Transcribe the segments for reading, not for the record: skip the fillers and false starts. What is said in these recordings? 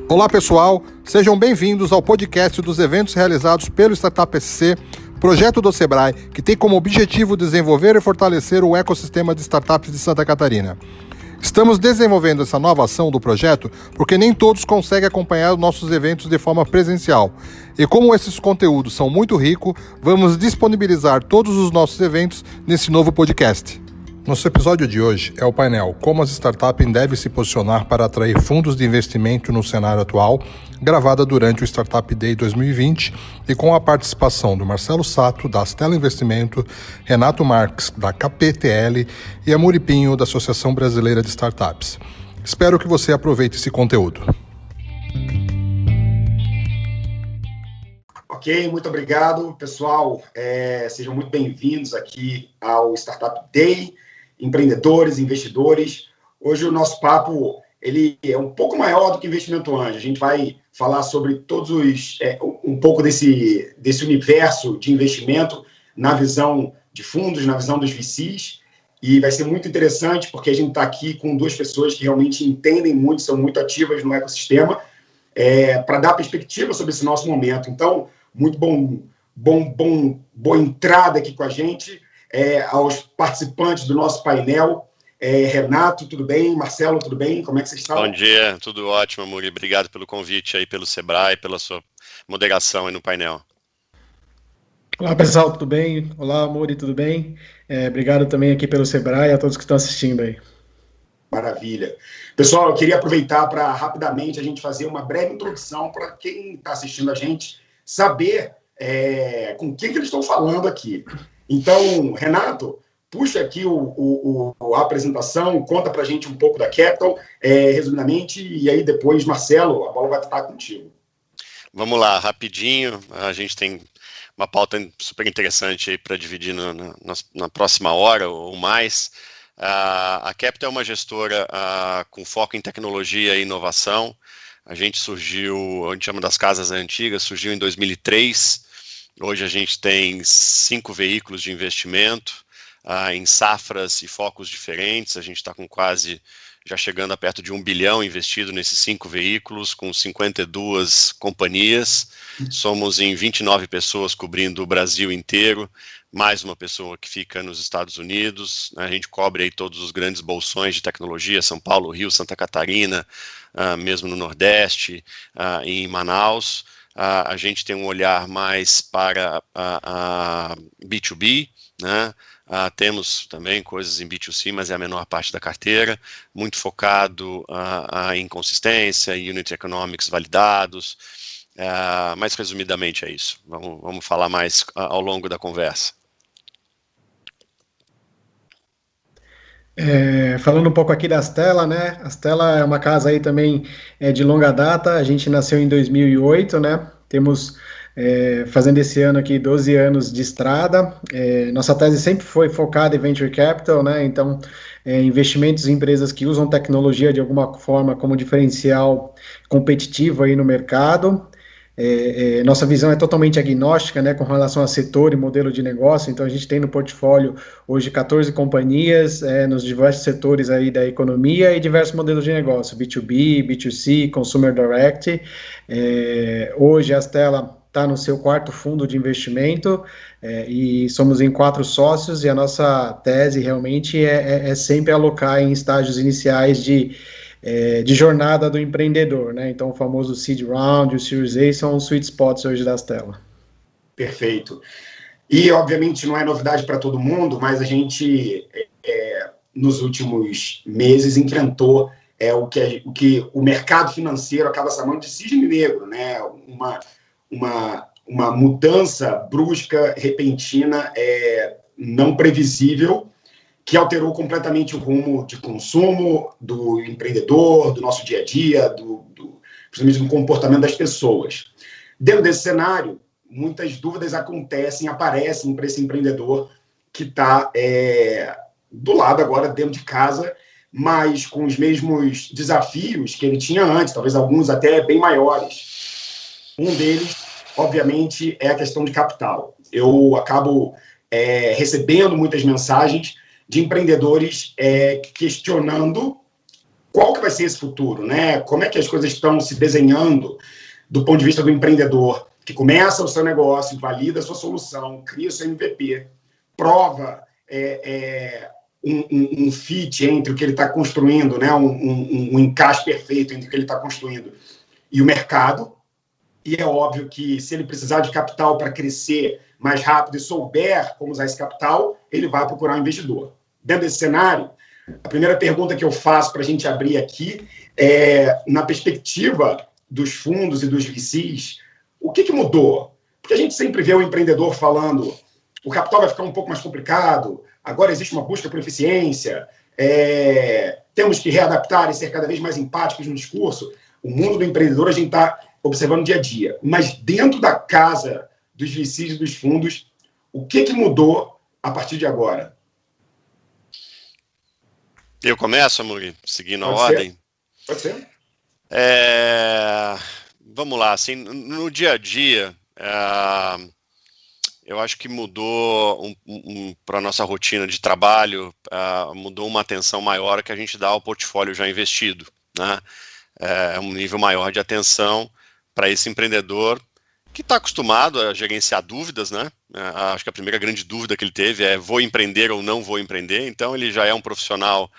Olá pessoal, sejam bem-vindos ao podcast dos eventos realizados pelo Startup SC, projeto do Sebrae, que tem como objetivo desenvolver e fortalecer o ecossistema de startups de Santa Catarina. Estamos desenvolvendo essa nova ação do projeto porque nem todos conseguem acompanhar os nossos eventos de forma presencial. E como esses conteúdos são muito ricos, vamos disponibilizar todos os nossos eventos nesse novo podcast. Nosso episódio de hoje é o painel Como as startups devem se posicionar para atrair fundos de investimento no cenário atual, gravada durante o Startup Day 2020 e com a participação do Marcelo Sato, da Astela Investimento, Renato Marques, da KPTL e Amuri Pinho, da Associação Brasileira de Startups. Espero que você aproveite esse conteúdo. Ok, muito obrigado, pessoal. Sejam muito bem-vindos aqui ao Startup Day, empreendedores, investidores. Hoje o nosso papo ele é um pouco maior do que investimento anjo. A gente vai falar sobre um pouco desse universo de investimento na visão de fundos, na visão dos VCs, e vai ser muito interessante porque a gente está aqui com duas pessoas que realmente entendem muito, são muito ativas no ecossistema, para dar perspectiva sobre esse nosso momento. Então, muito boa entrada aqui com a gente, aos participantes do nosso painel. Renato, tudo bem? Marcelo, tudo bem? Como é que vocês estão? Bom dia, tudo ótimo, Amuri. Obrigado pelo convite aí, pelo Sebrae, pela sua moderação aí no painel. Olá, pessoal, tudo bem? Olá, Amuri, tudo bem? Obrigado também aqui pelo Sebrae e a todos que estão assistindo aí. Maravilha. Pessoal, eu queria aproveitar para rapidamente a gente fazer uma breve introdução para quem está assistindo a gente saber com quem que eles estão falando aqui. Então, Renato, puxa aqui a apresentação, conta para a gente um pouco da Capital, resumidamente, e aí depois, Marcelo, a bola vai estar contigo. Vamos lá, rapidinho, a gente tem uma pauta super interessante aí para dividir na próxima hora ou mais. A Capital é uma gestora com foco em tecnologia e inovação. A gente chama das casas antigas, surgiu em 2003. Hoje a gente tem 5 veículos de investimento em safras e focos diferentes. A gente está com já chegando a perto de 1 bilhão investido nesses 5 veículos, com 52 companhias. Somos em 29 pessoas cobrindo o Brasil inteiro, mais uma pessoa que fica nos Estados Unidos. A gente cobre aí todos os grandes bolsões de tecnologia, São Paulo, Rio, Santa Catarina, mesmo no Nordeste e em Manaus. A gente tem um olhar mais para B2B, né? Temos também coisas em B2C, mas é a menor parte da carteira, muito focado em consistência, em unit economics validados, mas resumidamente é isso. Vamos falar mais ao longo da conversa. Falando um pouco aqui da Astela, né? A Astela é uma casa aí também de longa data. A gente nasceu em 2008, né? Temos, fazendo esse ano aqui, 12 anos de estrada. Nossa tese sempre foi focada em Venture Capital, né? Então, investimentos em empresas que usam tecnologia de alguma forma como diferencial competitivo aí no mercado. Nossa visão é totalmente agnóstica, né, com relação a setor e modelo de negócio. Então a gente tem no portfólio hoje 14 companhias nos diversos setores aí da economia e diversos modelos de negócio, B2B, B2C, Consumer Direct. Hoje a Astela está no seu 4º fundo de investimento e somos em 4 sócios, e a nossa tese realmente é sempre alocar em estágios iniciais de jornada do empreendedor, né? Então o famoso Seed Round, o Series A são os sweet spots hoje da Astela. Perfeito. E obviamente não é novidade para todo mundo, mas a gente nos últimos meses enfrentou o que o mercado financeiro acaba chamando de cisne negro, né? Uma mudança brusca, repentina, não previsível, que alterou completamente o rumo de consumo do empreendedor, do nosso dia a dia, principalmente do comportamento das pessoas. Dentro desse cenário, muitas dúvidas aparecem para esse empreendedor que está do lado agora, dentro de casa, mas com os mesmos desafios que ele tinha antes, talvez alguns até bem maiores. Um deles, obviamente, é a questão de capital. Eu acabo recebendo muitas mensagens de empreendedores questionando qual que vai ser esse futuro, né? Como é que as coisas estão se desenhando do ponto de vista do empreendedor que começa o seu negócio, valida a sua solução, cria o seu MVP, prova um fit entre o que ele está construindo, né? Um encaixe perfeito entre o que ele está construindo e o mercado. E é óbvio que se ele precisar de capital para crescer mais rápido e souber como usar esse capital, ele vai procurar um investidor. Dentro desse cenário, a primeira pergunta que eu faço para a gente abrir aqui é, na perspectiva dos fundos e dos VCs, o que mudou? Porque a gente sempre vê o empreendedor falando, o capital vai ficar um pouco mais complicado, agora existe uma busca por eficiência, temos que readaptar e ser cada vez mais empáticos no discurso. O mundo do empreendedor a gente está observando dia a dia. Mas dentro da casa dos VCs e dos fundos, o que mudou a partir de agora? Eu começo, Amuri, seguindo a ordem? Pode ser. Vamos lá, assim, no dia a dia, eu acho que mudou para a nossa rotina de trabalho, mudou uma atenção maior que a gente dá ao portfólio já investido, né? Um nível maior de atenção para esse empreendedor que está acostumado a gerenciar dúvidas, né? Acho que a primeira grande dúvida que ele teve é vou empreender ou não vou empreender, então ele já é um profissional,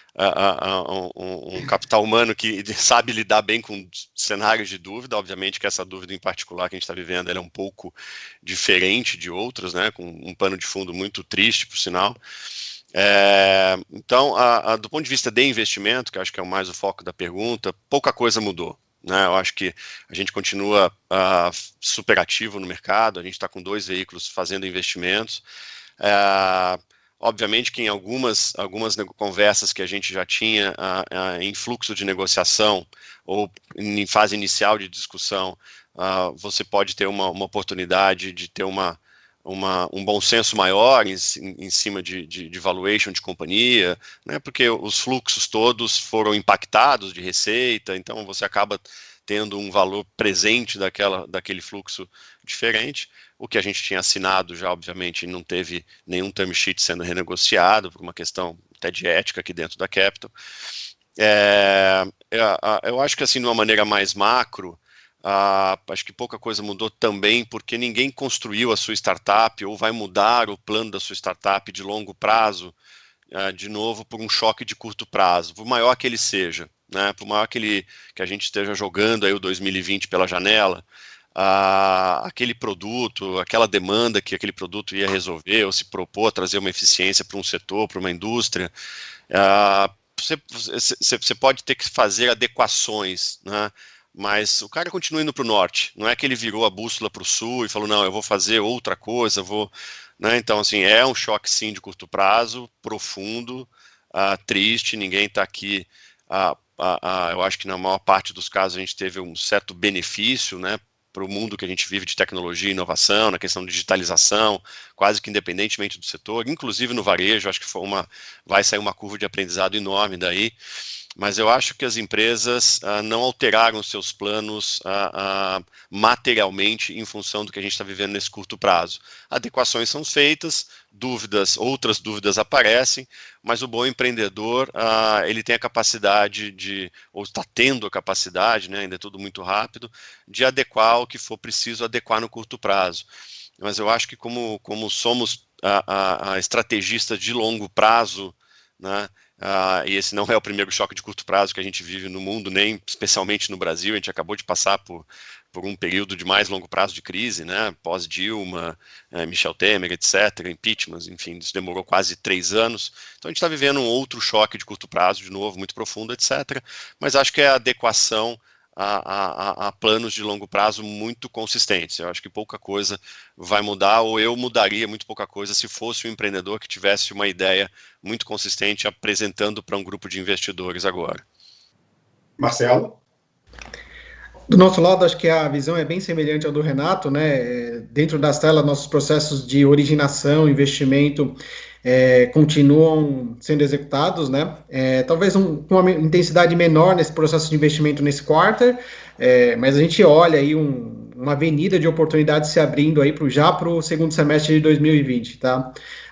um capital humano que sabe lidar bem com cenários de dúvida. Obviamente que essa dúvida em particular que a gente está vivendo ela é um pouco diferente de outras, né? Com um pano de fundo muito triste, por sinal. Então, do ponto de vista de investimento, que acho que é mais o foco da pergunta, pouca coisa mudou, né? Eu acho que a gente continua super ativo no mercado, a gente está com 2 veículos fazendo investimentos. Obviamente que em algumas conversas que a gente já tinha em fluxo de negociação ou em fase inicial de discussão, você pode ter uma oportunidade de ter um bom senso maior em cima de valuation de companhia, né, porque os fluxos todos foram impactados de receita, então você acaba tendo um valor presente daquele fluxo diferente. O que a gente tinha assinado já, obviamente, não teve nenhum term sheet sendo renegociado, por uma questão até de ética aqui dentro da Capital. Eu acho que, assim, de uma maneira mais macro, acho que pouca coisa mudou também, porque ninguém construiu a sua startup ou vai mudar o plano da sua startup de longo prazo, de novo, por um choque de curto prazo, por maior que ele seja, né, por maior que a gente esteja jogando aí o 2020 pela janela, aquele produto, aquela demanda que aquele produto ia resolver, ou se propor a trazer uma eficiência para um setor, para uma indústria, você pode ter que fazer adequações, né? Mas o cara continua indo para o norte, não é que ele virou a bússola para o sul e falou, não, eu vou fazer outra coisa, né? Então, assim, é um choque, sim, de curto prazo, profundo, triste, ninguém está aqui, eu acho que na maior parte dos casos a gente teve um certo benefício, né, para o mundo que a gente vive de tecnologia e inovação, na questão de digitalização, quase que independentemente do setor, inclusive no varejo, acho que vai sair uma curva de aprendizado enorme daí. Mas eu acho que as empresas não alteraram seus planos materialmente em função do que a gente está vivendo nesse curto prazo. Adequações são feitas, outras dúvidas aparecem, mas o bom empreendedor, ele tem a capacidade ou está tendo a capacidade, né, ainda é tudo muito rápido, de adequar o que for preciso adequar no curto prazo. Mas eu acho que como somos estrategistas de longo prazo, né, e esse não é o primeiro choque de curto prazo que a gente vive no mundo, nem especialmente no Brasil. A gente acabou de passar por um período de mais longo prazo de crise, né, pós-Dilma, Michel Temer, etc., impeachment, enfim, isso demorou quase 3 anos. Então a gente está vivendo um outro choque de curto prazo, de novo, muito profundo, etc., mas acho que é a adequação a planos de longo prazo muito consistentes. Eu acho que pouca coisa vai mudar, ou eu mudaria muito pouca coisa se fosse um empreendedor que tivesse uma ideia muito consistente apresentando para um grupo de investidores agora. Marcelo? Do nosso lado, acho que a visão é bem semelhante ao do Renato, né? Dentro da Stella, nossos processos de originação, investimento, continuam sendo executados, né? Talvez com uma intensidade menor nesse processo de investimento nesse quarter, mas a gente olha aí uma avenida de oportunidades se abrindo aí já para o segundo semestre de 2020, tá?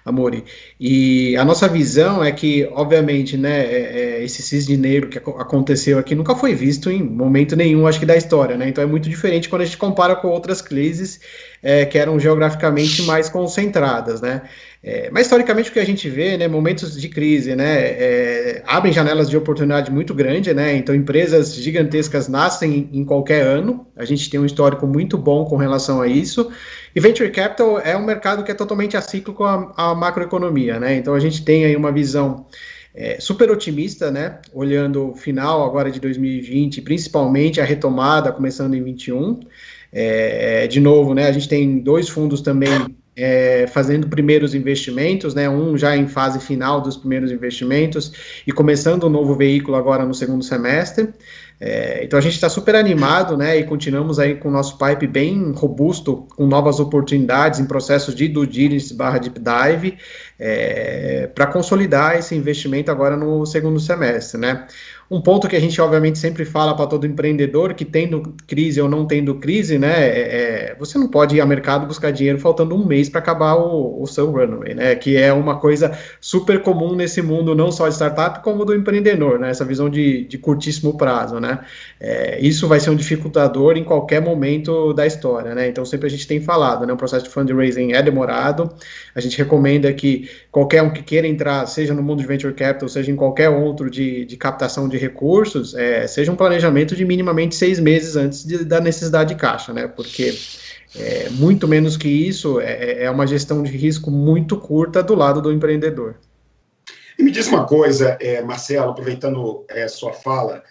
Amori. E a nossa visão é que, obviamente, né, esse cisne negro que aconteceu aqui nunca foi visto em momento nenhum, acho que, da história, né? Então é muito diferente quando a gente compara com outras crises que eram geograficamente mais concentradas, né? Mas historicamente o que a gente vê, né, momentos de crise, né, abrem janelas de oportunidade muito grande, né? Então empresas gigantescas nascem em qualquer ano. A gente tem um histórico muito bom com relação a isso. E Venture Capital é um mercado que é totalmente acíclico à macroeconomia, né? Então a gente tem aí uma visão super otimista, né? Olhando o final agora de 2020, principalmente a retomada começando em 21. De novo, né? A gente tem 2 fundos também fazendo primeiros investimentos, né? Um já em fase final dos primeiros investimentos e começando um novo veículo agora no segundo semestre. Então a gente está super animado, né, e continuamos aí com o nosso pipe bem robusto, com novas oportunidades em processos de due diligence / deep dive, para consolidar esse investimento agora no segundo semestre, né. Um ponto que a gente, obviamente, sempre fala para todo empreendedor, que tendo crise ou não tendo crise, né, você não pode ir ao mercado buscar dinheiro faltando um mês para acabar o seu runway, né, que é uma coisa super comum nesse mundo, não só de startup, como do empreendedor, né, essa visão de curtíssimo prazo, né. Isso vai ser um dificultador em qualquer momento da história, né, então sempre a gente tem falado, né, o processo de fundraising é demorado, a gente recomenda que qualquer um que queira entrar, seja no mundo de venture capital, seja em qualquer outro de captação de recursos, seja um planejamento de minimamente 6 meses antes da necessidade de caixa, né, porque muito menos que isso é uma gestão de risco muito curta do lado do empreendedor. E me diz uma coisa, Marcelo, aproveitando sua fala,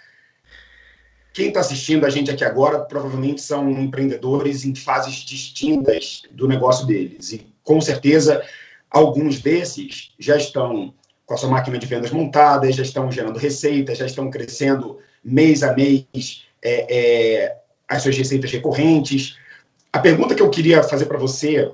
quem está assistindo a gente aqui agora provavelmente são empreendedores em fases distintas do negócio deles, e com certeza alguns desses já estão com a sua máquina de vendas montada, já estão gerando receita, já estão crescendo mês a mês as suas receitas recorrentes. A pergunta que eu queria fazer para você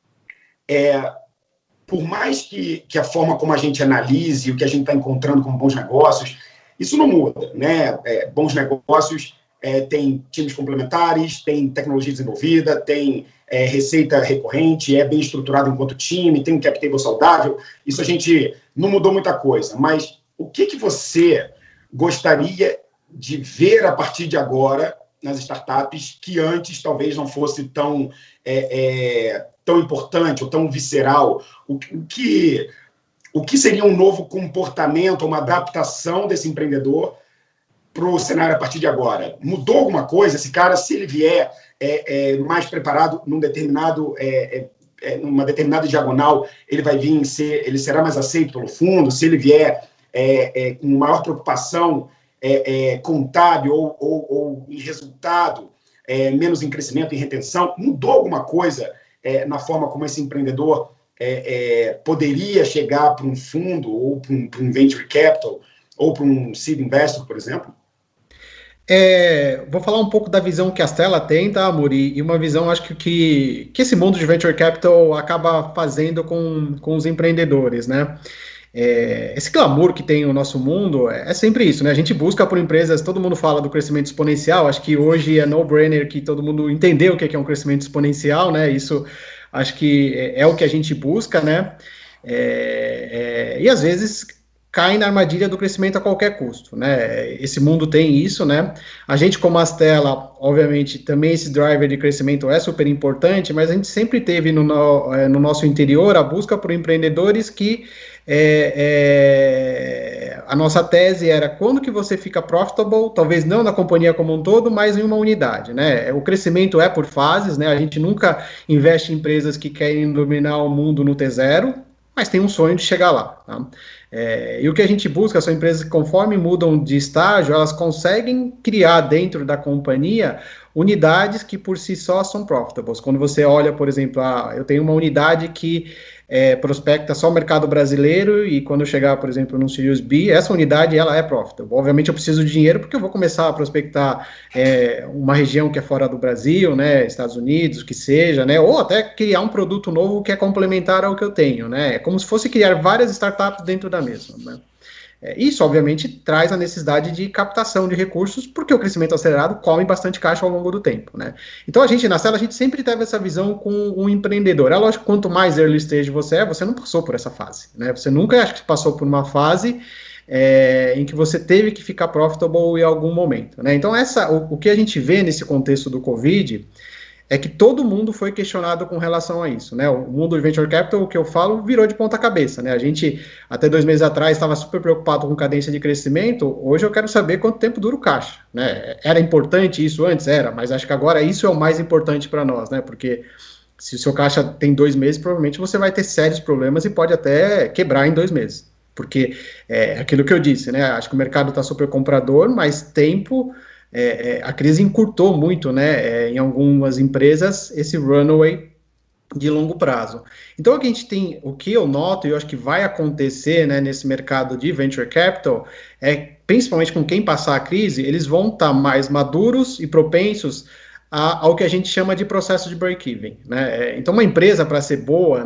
por mais que a forma como a gente analise o que a gente está encontrando como bons negócios, isso não muda, né? Bons negócios tem times complementares, tem tecnologia desenvolvida, tem receita recorrente, bem estruturado enquanto time, tem um cap table saudável. Isso a gente não mudou muita coisa, mas o que você gostaria de ver a partir de agora nas startups que antes talvez não fosse tão importante ou tão visceral? O que seria um novo comportamento, uma adaptação desse empreendedor para o cenário a partir de agora? Mudou alguma coisa? Esse cara, se ele vier mais preparado numa determinada diagonal, ele vai vir ele será mais aceito pelo fundo? Se ele vier com maior preocupação contábil ou em resultado, menos em crescimento e retenção, mudou alguma coisa na forma como esse empreendedor poderia chegar para um fundo ou para um venture capital ou para um seed investor, por exemplo? Vou falar um pouco da visão que a Stella tem, tá, Amori? E uma visão, acho que esse mundo de venture capital acaba fazendo com os empreendedores, né? Esse glamour que tem o nosso mundo é sempre isso, né? A gente busca por empresas, todo mundo fala do crescimento exponencial, acho que hoje é no-brainer que todo mundo entendeu o que é um crescimento exponencial, né? Isso acho que é o que a gente busca, né? E às vezes cai na armadilha do crescimento a qualquer custo, né? Esse mundo tem isso, né? A gente, como a Stella, obviamente, também esse driver de crescimento é super importante, mas a gente sempre teve no nosso interior a busca por empreendedores que a nossa tese era quando que você fica profitable, talvez não na companhia como um todo, mas em uma unidade, né? O crescimento é por fases, né? A gente nunca investe em empresas que querem dominar o mundo no T0, mas tem um sonho de chegar lá, tá? E o que a gente busca são empresas que, conforme mudam de estágio, elas conseguem criar dentro da companhia unidades que por si só são profitables. Quando você olha, por exemplo, eu tenho uma unidade que prospecta só o mercado brasileiro e quando eu chegar, por exemplo, no Series B, essa unidade ela é profitable. Obviamente eu preciso de dinheiro porque eu vou começar a prospectar uma região que é fora do Brasil, né, Estados Unidos, que seja, né, ou até criar um produto novo que é complementar ao que eu tenho, né, é como se fosse criar várias startups dentro da mesma, né. Isso, obviamente, traz a necessidade de captação de recursos, porque o crescimento acelerado come bastante caixa ao longo do tempo, né? Então, na Stella, a gente sempre teve essa visão com o empreendedor. É lógico, quanto mais early stage você não passou por essa fase, né? Você nunca, acho que passou por uma fase em que você teve que ficar profitable em algum momento, né? Então, o que a gente vê nesse contexto do Covid é que todo mundo foi questionado com relação a isso, né? O mundo de venture capital, o que eu falo, virou de ponta cabeça, né? A gente, até 2 meses atrás, estava super preocupado com cadência de crescimento. Hoje eu quero saber quanto tempo dura o caixa, né? Era importante isso antes? Era, mas acho que agora isso é o mais importante para nós, né? Porque se o seu caixa tem 2 meses, provavelmente você vai ter sérios problemas e pode até quebrar em 2 meses. Porque é aquilo que eu disse, né? Acho que o mercado está super comprador, mas tempo... a crise encurtou muito, né, em algumas empresas, esse runway de longo prazo. Então, o que eu noto, e eu acho que vai acontecer, né, nesse mercado de venture capital, principalmente com quem passar a crise, eles vão estar mais maduros e propensos ao que a gente chama de processo de break-even, né? Então, uma empresa para ser boa,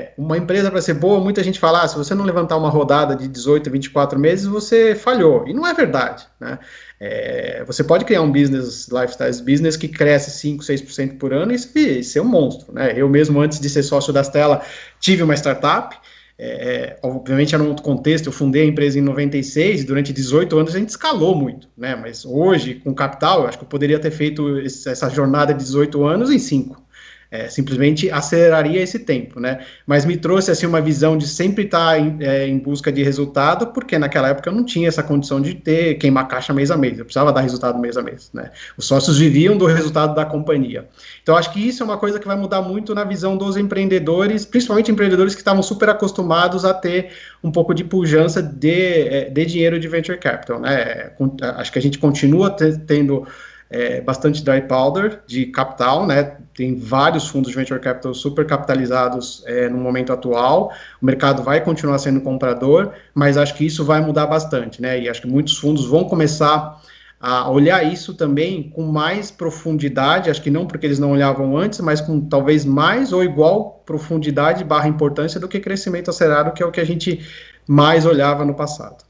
muita gente fala, se você não levantar uma rodada de 18, 24 meses, você falhou. E não é verdade, né? Você pode criar um business, lifestyle business, que cresce 5, 6% por ano e ser um monstro, né? Eu mesmo, antes de ser sócio da Stella, tive uma startup. Obviamente era um outro contexto, eu fundei a empresa em 96 e durante 18 anos a gente escalou muito, né? Mas hoje, com capital, eu acho que eu poderia ter feito essa jornada de 18 anos em 5. Simplesmente aceleraria esse tempo, né? Mas me trouxe assim uma visão de sempre estar em busca de resultado, porque naquela época eu não tinha essa condição de queimar caixa mês a mês, eu precisava dar resultado mês a mês, né? Os sócios viviam do resultado da companhia. Então acho que isso é uma coisa que vai mudar muito na visão dos empreendedores, principalmente empreendedores que estavam super acostumados a ter um pouco de pujança de dinheiro de venture capital, né? Acho que a gente continua tendo bastante dry powder de capital, né? Tem vários fundos de venture capital super capitalizados no momento atual. O mercado vai continuar sendo comprador, mas acho que isso vai mudar bastante, né? E acho que muitos fundos vão começar a olhar isso também com mais profundidade, acho que não porque eles não olhavam antes, mas com talvez mais ou igual profundidade / importância do que crescimento acelerado, que é o que a gente mais olhava no passado.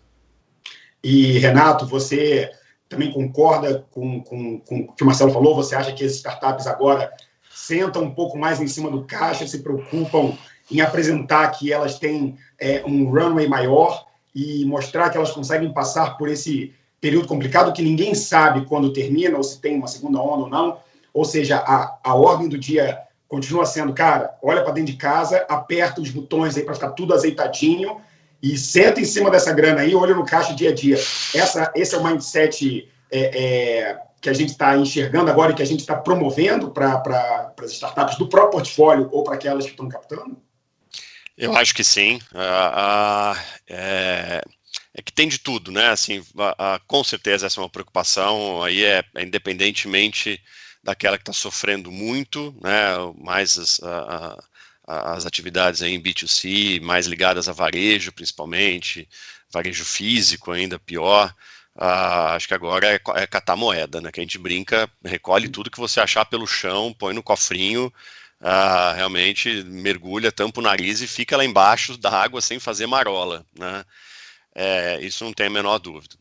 E, Renato, você também concorda com o que o Marcelo falou? Você acha que as startups agora sentam um pouco mais em cima do caixa, se preocupam em apresentar que elas têm um runway maior e mostrar que elas conseguem passar por esse período complicado que ninguém sabe quando termina, ou se tem uma segunda onda ou não? Ou seja, a ordem do dia continua sendo, cara, olha para dentro de casa, aperta os botões aí para ficar tudo azeitadinho e senta em cima dessa grana aí, olha no caixa dia a dia. Esse é o mindset que a gente está enxergando agora e que a gente está promovendo para as startups do próprio portfólio ou para aquelas que estão captando? Eu acho que sim. É que tem de tudo, né? Assim, com certeza essa é uma preocupação, aí independentemente daquela que está sofrendo muito, né? Mais as atividades aí em B2C, mais ligadas a varejo, principalmente, varejo físico ainda pior. Acho que agora é catar moeda, né? Que a gente brinca, recolhe tudo que você achar pelo chão, põe no cofrinho, realmente mergulha, tampa o nariz e fica lá embaixo da água sem fazer marola, né? Isso não tem a menor dúvida.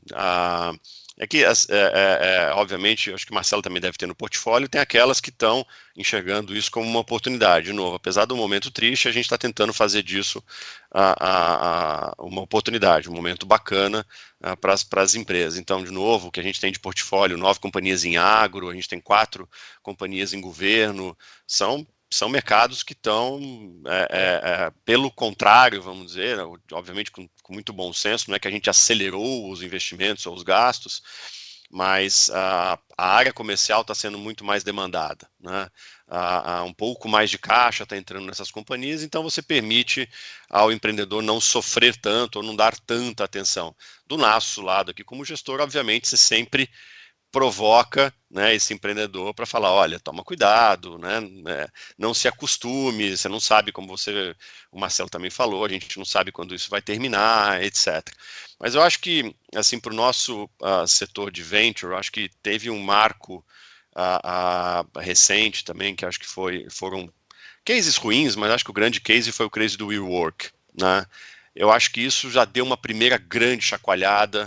Obviamente, acho que o Marcelo também deve ter no portfólio, tem aquelas que estão enxergando isso como uma oportunidade. De novo, apesar do momento triste, a gente está tentando fazer disso uma oportunidade, um momento bacana para as empresas. Então, de novo, o que a gente tem de portfólio, 9 companhias em agro, a gente tem 4 companhias em governo, são mercados que estão, pelo contrário, vamos dizer, obviamente com muito bom senso, não é que a gente acelerou os investimentos ou os gastos, mas a área comercial está sendo muito mais demandada, né? Um pouco mais de caixa está entrando nessas companhias, então você permite ao empreendedor não sofrer tanto ou não dar tanta atenção. Do nosso lado aqui, como gestor, obviamente, você sempre provoca, né, esse empreendedor para falar, olha, toma cuidado, né, não se acostume, você não sabe, como o Marcelo também falou, a gente não sabe quando isso vai terminar, etc. Mas eu acho que, assim, para o nosso setor de venture, eu acho que teve um marco recente também, que acho que foram cases ruins, mas acho que o grande case foi o case do WeWork, né? eu acho que isso já deu uma primeira grande chacoalhada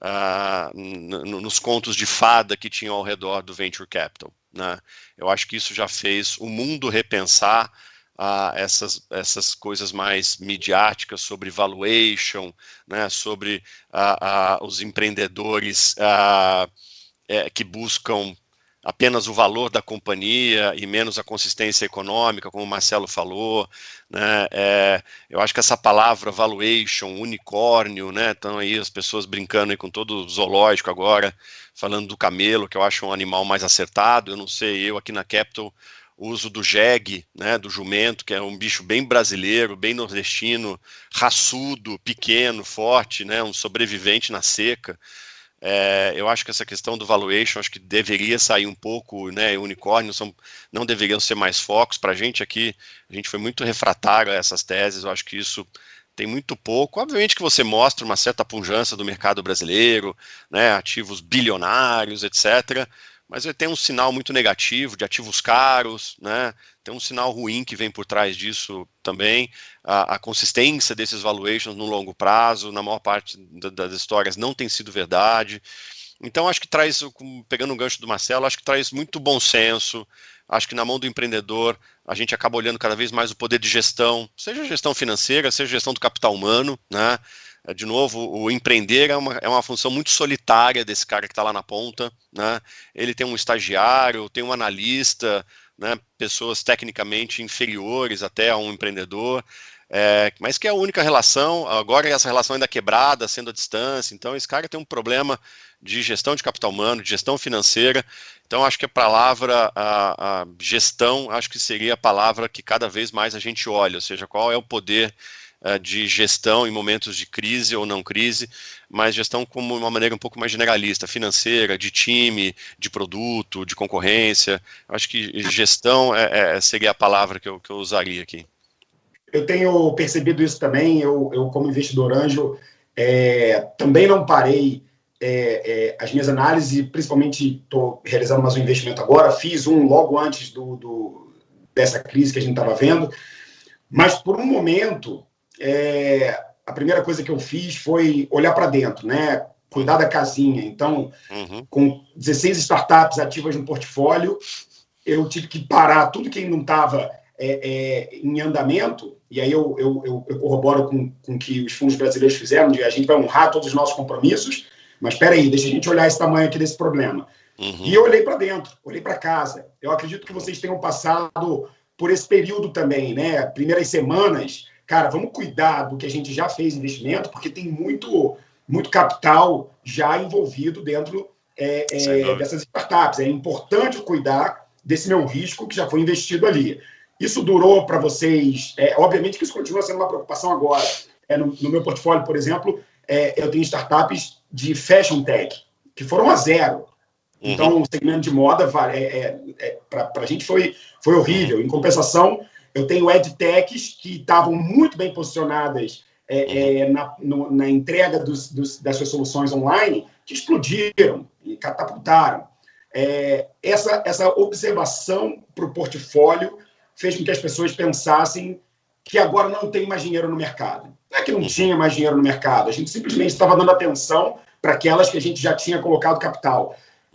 nos contos de fada que tinham ao redor do Venture Capital, né? Eu acho que isso já fez o mundo repensar essas coisas mais midiáticas sobre valuation, né, sobre os empreendedores que buscam apenas o valor da companhia e menos a consistência econômica, como o Marcelo falou, né? Eu acho que essa palavra valuation, unicórnio, né? Estão aí as pessoas brincando aí com todo o zoológico agora, falando do camelo, que eu acho um animal mais acertado. Eu não sei, eu aqui na Capital uso do jegue, né? Do jumento, que é um bicho bem brasileiro, bem nordestino, raçudo, pequeno, forte, né? Um sobrevivente na seca. Eu acho que essa questão do valuation, acho que deveria sair um pouco, né, unicórnios não deveriam ser mais focos. Para a gente aqui, a gente foi muito refratário a essas teses, eu acho que isso tem muito pouco. Obviamente que você mostra uma certa pujança do mercado brasileiro, né, ativos bilionários, etc., mas ele tem um sinal muito negativo de ativos caros, né? Tem um sinal ruim que vem por trás disso também, a consistência desses valuations no longo prazo, na maior parte das histórias não tem sido verdade. Então acho que traz, pegando o gancho do Marcelo, acho que traz muito bom senso. Acho que na mão do empreendedor a gente acaba olhando cada vez mais o poder de gestão, seja gestão financeira, seja gestão do capital humano, né? De novo, o empreender é uma função muito solitária desse cara que está lá na ponta, né? Ele tem um estagiário, tem um analista, né? Pessoas tecnicamente inferiores até a um empreendedor, mas que é a única relação. Agora essa relação ainda quebrada, sendo à distância. Então esse cara tem um problema de gestão de capital humano, de gestão financeira. Então acho que a palavra a gestão, acho que seria a palavra que cada vez mais a gente olha, ou seja, qual é o poder de gestão em momentos de crise ou não crise, mas gestão como uma maneira um pouco mais generalista, financeira, de time, de produto, de concorrência. Acho que gestão seria a palavra que eu usaria aqui. Eu tenho percebido isso também. Eu como investidor anjo, também não parei as minhas análises, principalmente estou realizando mais um investimento agora, fiz um logo antes dessa crise que a gente estava vendo, mas por um momento a primeira coisa que eu fiz foi olhar para dentro, né? Cuidar da casinha. Então, com 16 startups ativas no portfólio, eu tive que parar tudo que não estava em andamento, e aí eu corroboro com o que os fundos brasileiros fizeram, a gente vai honrar todos os nossos compromissos, mas espera aí, deixa a gente olhar esse tamanho aqui desse problema. E eu olhei para dentro, olhei para casa. Eu acredito que vocês tenham passado por esse período também, né? Primeiras semanas, cara, vamos cuidar do que a gente já fez investimento, porque tem muito capital já envolvido dentro dessas startups. É importante cuidar desse meu risco que já foi investido ali. Isso durou para vocês? Obviamente que isso continua sendo uma preocupação agora. No meu portfólio, por exemplo, eu tenho startups de fashion tech, que foram a zero. Então, o segmento de moda, para a gente, foi horrível. Em compensação, eu tenho edtechs que estavam muito bem posicionadas na entrega das suas soluções online, que explodiram e catapultaram. Essa observação para o portfólio fez com que as pessoas pensassem que agora não tem mais dinheiro no mercado. Não é que não tinha mais dinheiro no mercado, a gente simplesmente estava dando atenção para aquelas que a gente já tinha colocado capital.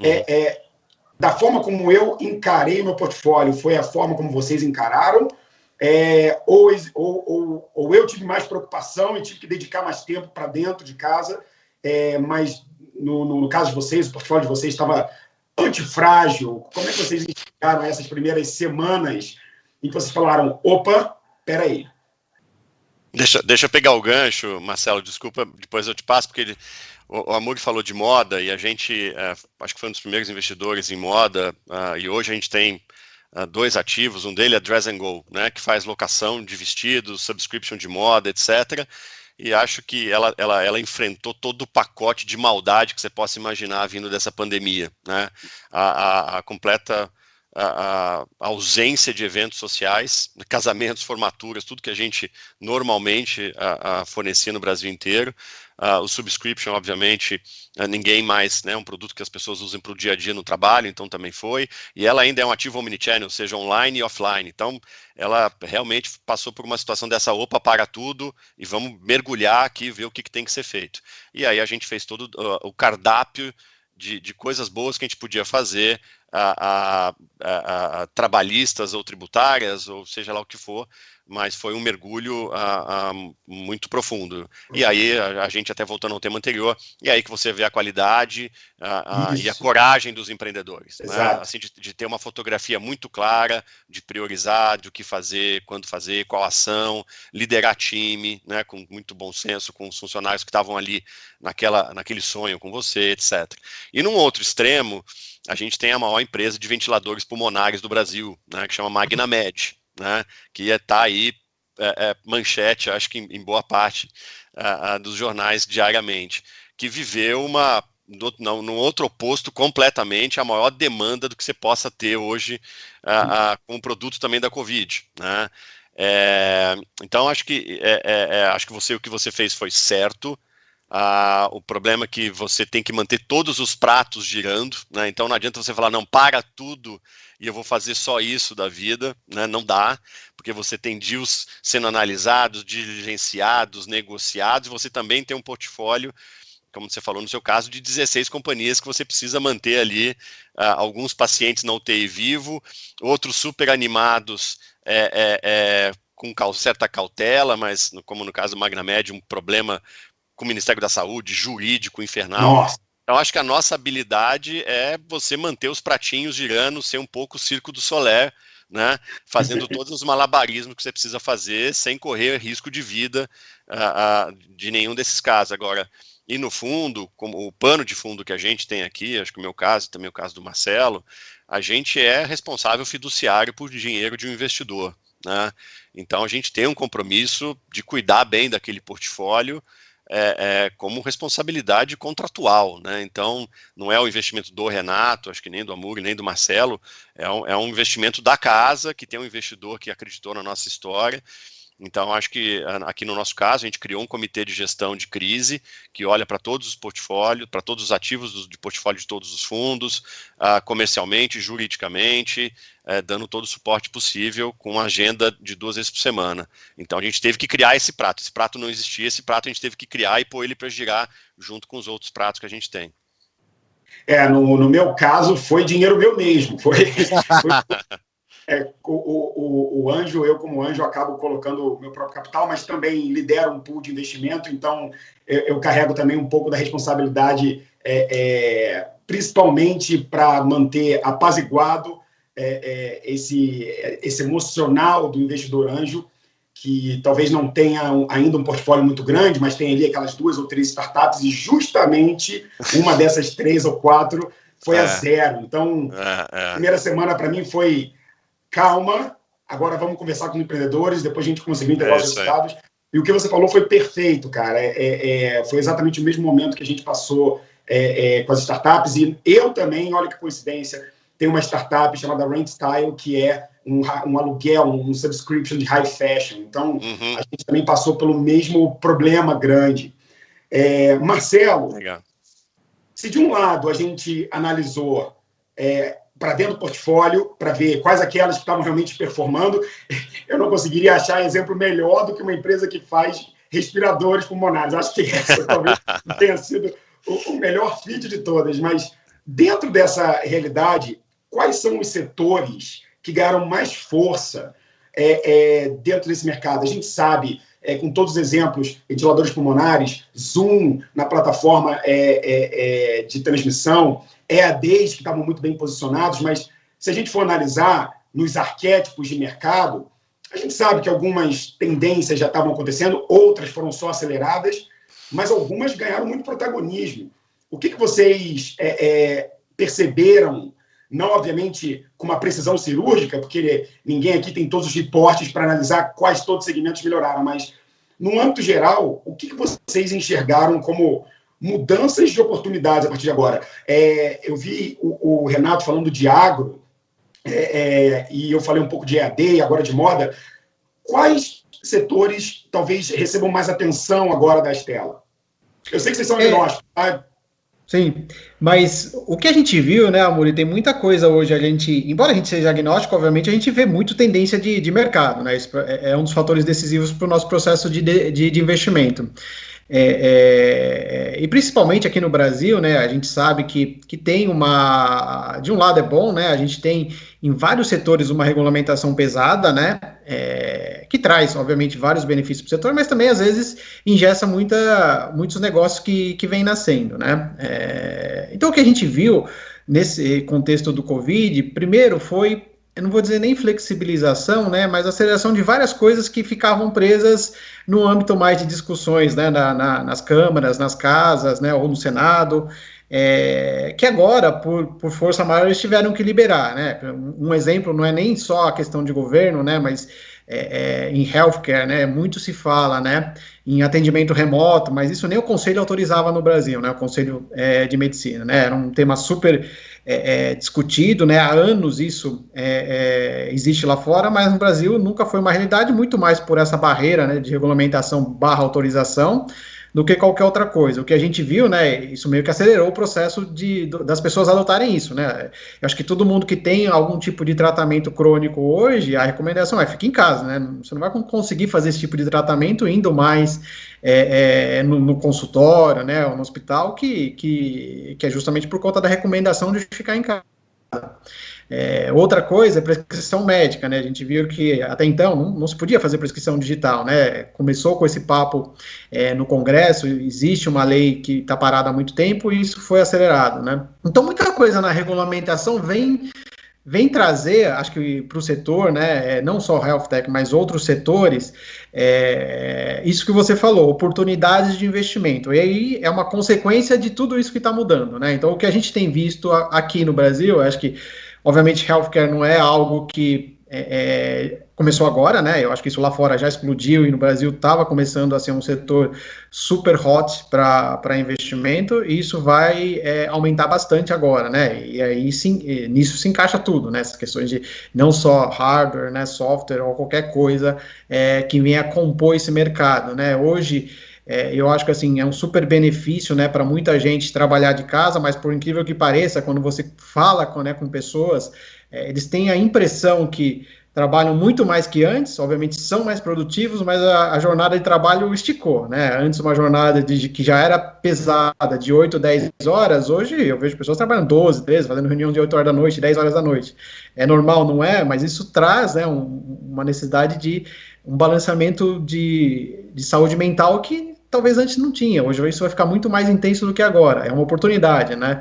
Da forma como eu encarei meu portfólio, foi a forma como vocês encararam? Ou eu tive mais preocupação e tive que dedicar mais tempo para dentro de casa, mas no caso de vocês, o portfólio de vocês estava antifrágil. Como é que vocês enxergaram essas primeiras semanas em que vocês falaram, opa, peraí? Deixa eu pegar o gancho, Marcelo, desculpa, depois eu te passo, porque o Amuri falou de moda e a gente, acho que foi um dos primeiros investidores em moda, e hoje a gente tem 2 ativos, um dele é Dress & Go, né, que faz locação de vestidos, subscription de moda, etc., e acho que ela enfrentou todo o pacote de maldade que você possa imaginar vindo dessa pandemia, né, a completa a ausência de eventos sociais, casamentos, formaturas, tudo que a gente normalmente fornecia no Brasil inteiro. O subscription, obviamente, ninguém mais, né, um produto que as pessoas usam para o dia a dia no trabalho, então também foi, e ela ainda é um ativo omnichannel, seja online e offline, então ela realmente passou por uma situação dessa, opa, para tudo, e vamos mergulhar aqui e ver o que tem que ser feito. E aí a gente fez todo o cardápio de coisas boas que a gente podia fazer, trabalhistas ou tributárias, ou seja lá o que for, mas foi um mergulho muito profundo. E aí, a gente até voltando ao tema anterior, e aí que você vê a qualidade e a coragem dos empreendedores. Né? Assim, de ter uma fotografia muito clara, de priorizar, de o que fazer, quando fazer, qual ação, liderar time, né, com muito bom senso, com os funcionários que estavam ali naquele sonho com você, etc. E num outro extremo, a gente tem a maior empresa de ventiladores pulmonares do Brasil, né, que chama Magnamed, né, que está aí manchete, acho que em boa parte dos jornais diariamente, que viveu num outro oposto completamente, a maior demanda do que você possa ter hoje com o produto também da Covid, né? Então acho que o que você fez foi certo. O problema é que você tem que manter todos os pratos girando, né? Então não adianta você falar, não, para tudo e eu vou fazer só isso da vida, né? Não dá, porque você tem deals sendo analisados, diligenciados, negociados, e você também tem um portfólio, como você falou no seu caso, de 16 companhias que você precisa manter ali, alguns pacientes na UTI vivo, outros super animados, com certa cautela, mas como no caso do Magnamed, um problema com o Ministério da Saúde, jurídico, infernal. Nossa. Então, acho que a nossa habilidade é você manter os pratinhos girando, ser um pouco o Circo du Soleil, né? Fazendo todos os malabarismos que você precisa fazer, sem correr risco de vida de nenhum desses casos. Agora, e no fundo, como o pano de fundo que a gente tem aqui, acho que o meu caso, também o caso do Marcelo, a gente é responsável fiduciário por dinheiro de um investidor, né? Então, a gente tem um compromisso de cuidar bem daquele portfólio, como responsabilidade contratual, né? Então, não é o investimento do Renato, acho que nem do Amuri, nem do Marcelo, é um investimento da casa, que tem um investidor que acreditou na nossa história. Então, acho que aqui no nosso caso, a gente criou um comitê de gestão de crise, que olha para todos os portfólios, para todos os ativos de portfólio de todos os fundos, comercialmente, juridicamente, dando todo o suporte possível, com uma agenda de 2 vezes por semana. Então, a gente teve que criar esse prato não existia, esse prato a gente teve que criar e pôr ele para girar junto com os outros pratos que a gente tem. No meu caso, foi dinheiro meu mesmo, foi o anjo, eu como anjo acabo colocando o meu próprio capital, mas também lidero um pool de investimento, então eu carrego também um pouco da responsabilidade, principalmente para manter apaziguado esse emocional do investidor anjo, que talvez não tenha ainda um portfólio muito grande, mas tem ali aquelas 2 ou 3 startups, e justamente uma dessas 3 ou 4 foi a zero. Então, a primeira semana para mim foi calma, agora vamos conversar com os empreendedores, depois a gente conseguiu entregar os resultados. E o que você falou foi perfeito, cara. Foi exatamente o mesmo momento que a gente passou com as startups. E eu também, olha que coincidência, tenho uma startup chamada Rent Style, que é um aluguel, um subscription de high fashion. Então, a gente também passou pelo mesmo problema grande. Marcelo, legal. Se de um lado a gente analisou para dentro do portfólio, para ver quais aquelas que estavam realmente performando, eu não conseguiria achar exemplo melhor do que uma empresa que faz respiradores pulmonares. Acho que essa talvez tenha sido o melhor fit de todas. Mas dentro dessa realidade, quais são os setores que ganharam mais força dentro desse mercado? A gente sabe, com todos os exemplos, ventiladores pulmonares, Zoom na plataforma de transmissão, EADs que estavam muito bem posicionados, mas se a gente for analisar nos arquétipos de mercado, a gente sabe que algumas tendências já estavam acontecendo, outras foram só aceleradas, mas algumas ganharam muito protagonismo. O que vocês perceberam, não obviamente com uma precisão cirúrgica, porque ninguém aqui tem todos os reportes para analisar quais todos os segmentos melhoraram, mas no âmbito geral, o que vocês enxergaram como mudanças de oportunidades a partir de agora? Eu vi o Renato falando de agro, e eu falei um pouco de EAD e agora de moda, quais setores talvez recebam mais atenção agora da Stella? Eu sei que vocês são agnósticos, tá? Sim, mas o que a gente viu, né, Amuri, tem muita coisa hoje, embora a gente seja agnóstico, obviamente, a gente vê muito tendência de mercado, né, isso é um dos fatores decisivos para o nosso processo de investimento. E principalmente aqui no Brasil, né, a gente sabe que tem de um lado é bom, né, a gente tem em vários setores uma regulamentação pesada, né, que traz, obviamente, vários benefícios para o setor, mas também, às vezes, engessa muitos negócios que vêm nascendo, né. Então, o que a gente viu nesse contexto do Covid, primeiro foi, eu não vou dizer nem flexibilização, né, mas aceleração de várias coisas que ficavam presas no âmbito mais de discussões, né, nas câmaras, nas casas, né, ou no Senado, que agora, por força maior, eles tiveram que liberar, né. Um exemplo não é nem só a questão de governo, né, mas em healthcare, né, muito se fala, né, em atendimento remoto, mas isso nem o Conselho autorizava no Brasil, né, o Conselho de Medicina, né, era um tema super discutido, né, há anos isso existe lá fora, mas no Brasil nunca foi uma realidade, muito mais por essa barreira, né, de regulamentação / autorização, do que qualquer outra coisa. O que a gente viu, né, isso meio que acelerou o processo das pessoas adotarem isso, né. Eu acho que todo mundo que tem algum tipo de tratamento crônico hoje, a recomendação fique em casa, né, você não vai conseguir fazer esse tipo de tratamento indo mais no consultório, né, ou no hospital, que é justamente por conta da recomendação de ficar em casa. Outra coisa é prescrição médica, né? A gente viu que até então não se podia fazer prescrição digital, né? Começou com esse papo no Congresso, existe uma lei que está parada há muito tempo e isso foi acelerado, né? Então, muita coisa na regulamentação vem trazer, acho que para o setor, né, não só o Health Tech, mas outros setores, isso que você falou, oportunidades de investimento, e aí é uma consequência de tudo isso que está mudando, né, então o que a gente tem visto aqui no Brasil, acho que, obviamente, healthcare não é algo que começou agora, né, eu acho que isso lá fora já explodiu e no Brasil estava começando a ser um setor super hot para investimento e isso vai aumentar bastante agora, né, e aí sim, nisso se encaixa tudo, né, essas questões de não só hardware, né, software ou qualquer coisa que venha compor esse mercado, né, hoje eu acho que assim, é um super benefício, né, para muita gente trabalhar de casa, mas por incrível que pareça, quando você fala com pessoas, eles têm a impressão que trabalham muito mais que antes, obviamente são mais produtivos, mas a jornada de trabalho esticou, né, antes uma jornada que já era pesada, de 8, 10 horas, hoje eu vejo pessoas trabalhando 12, 13, fazendo reunião de 8 horas da noite, 10 horas da noite, é normal, não é, mas isso traz, né, uma necessidade de um balanceamento de saúde mental que talvez antes não tinha, hoje isso vai ficar muito mais intenso do que agora, é uma oportunidade, né,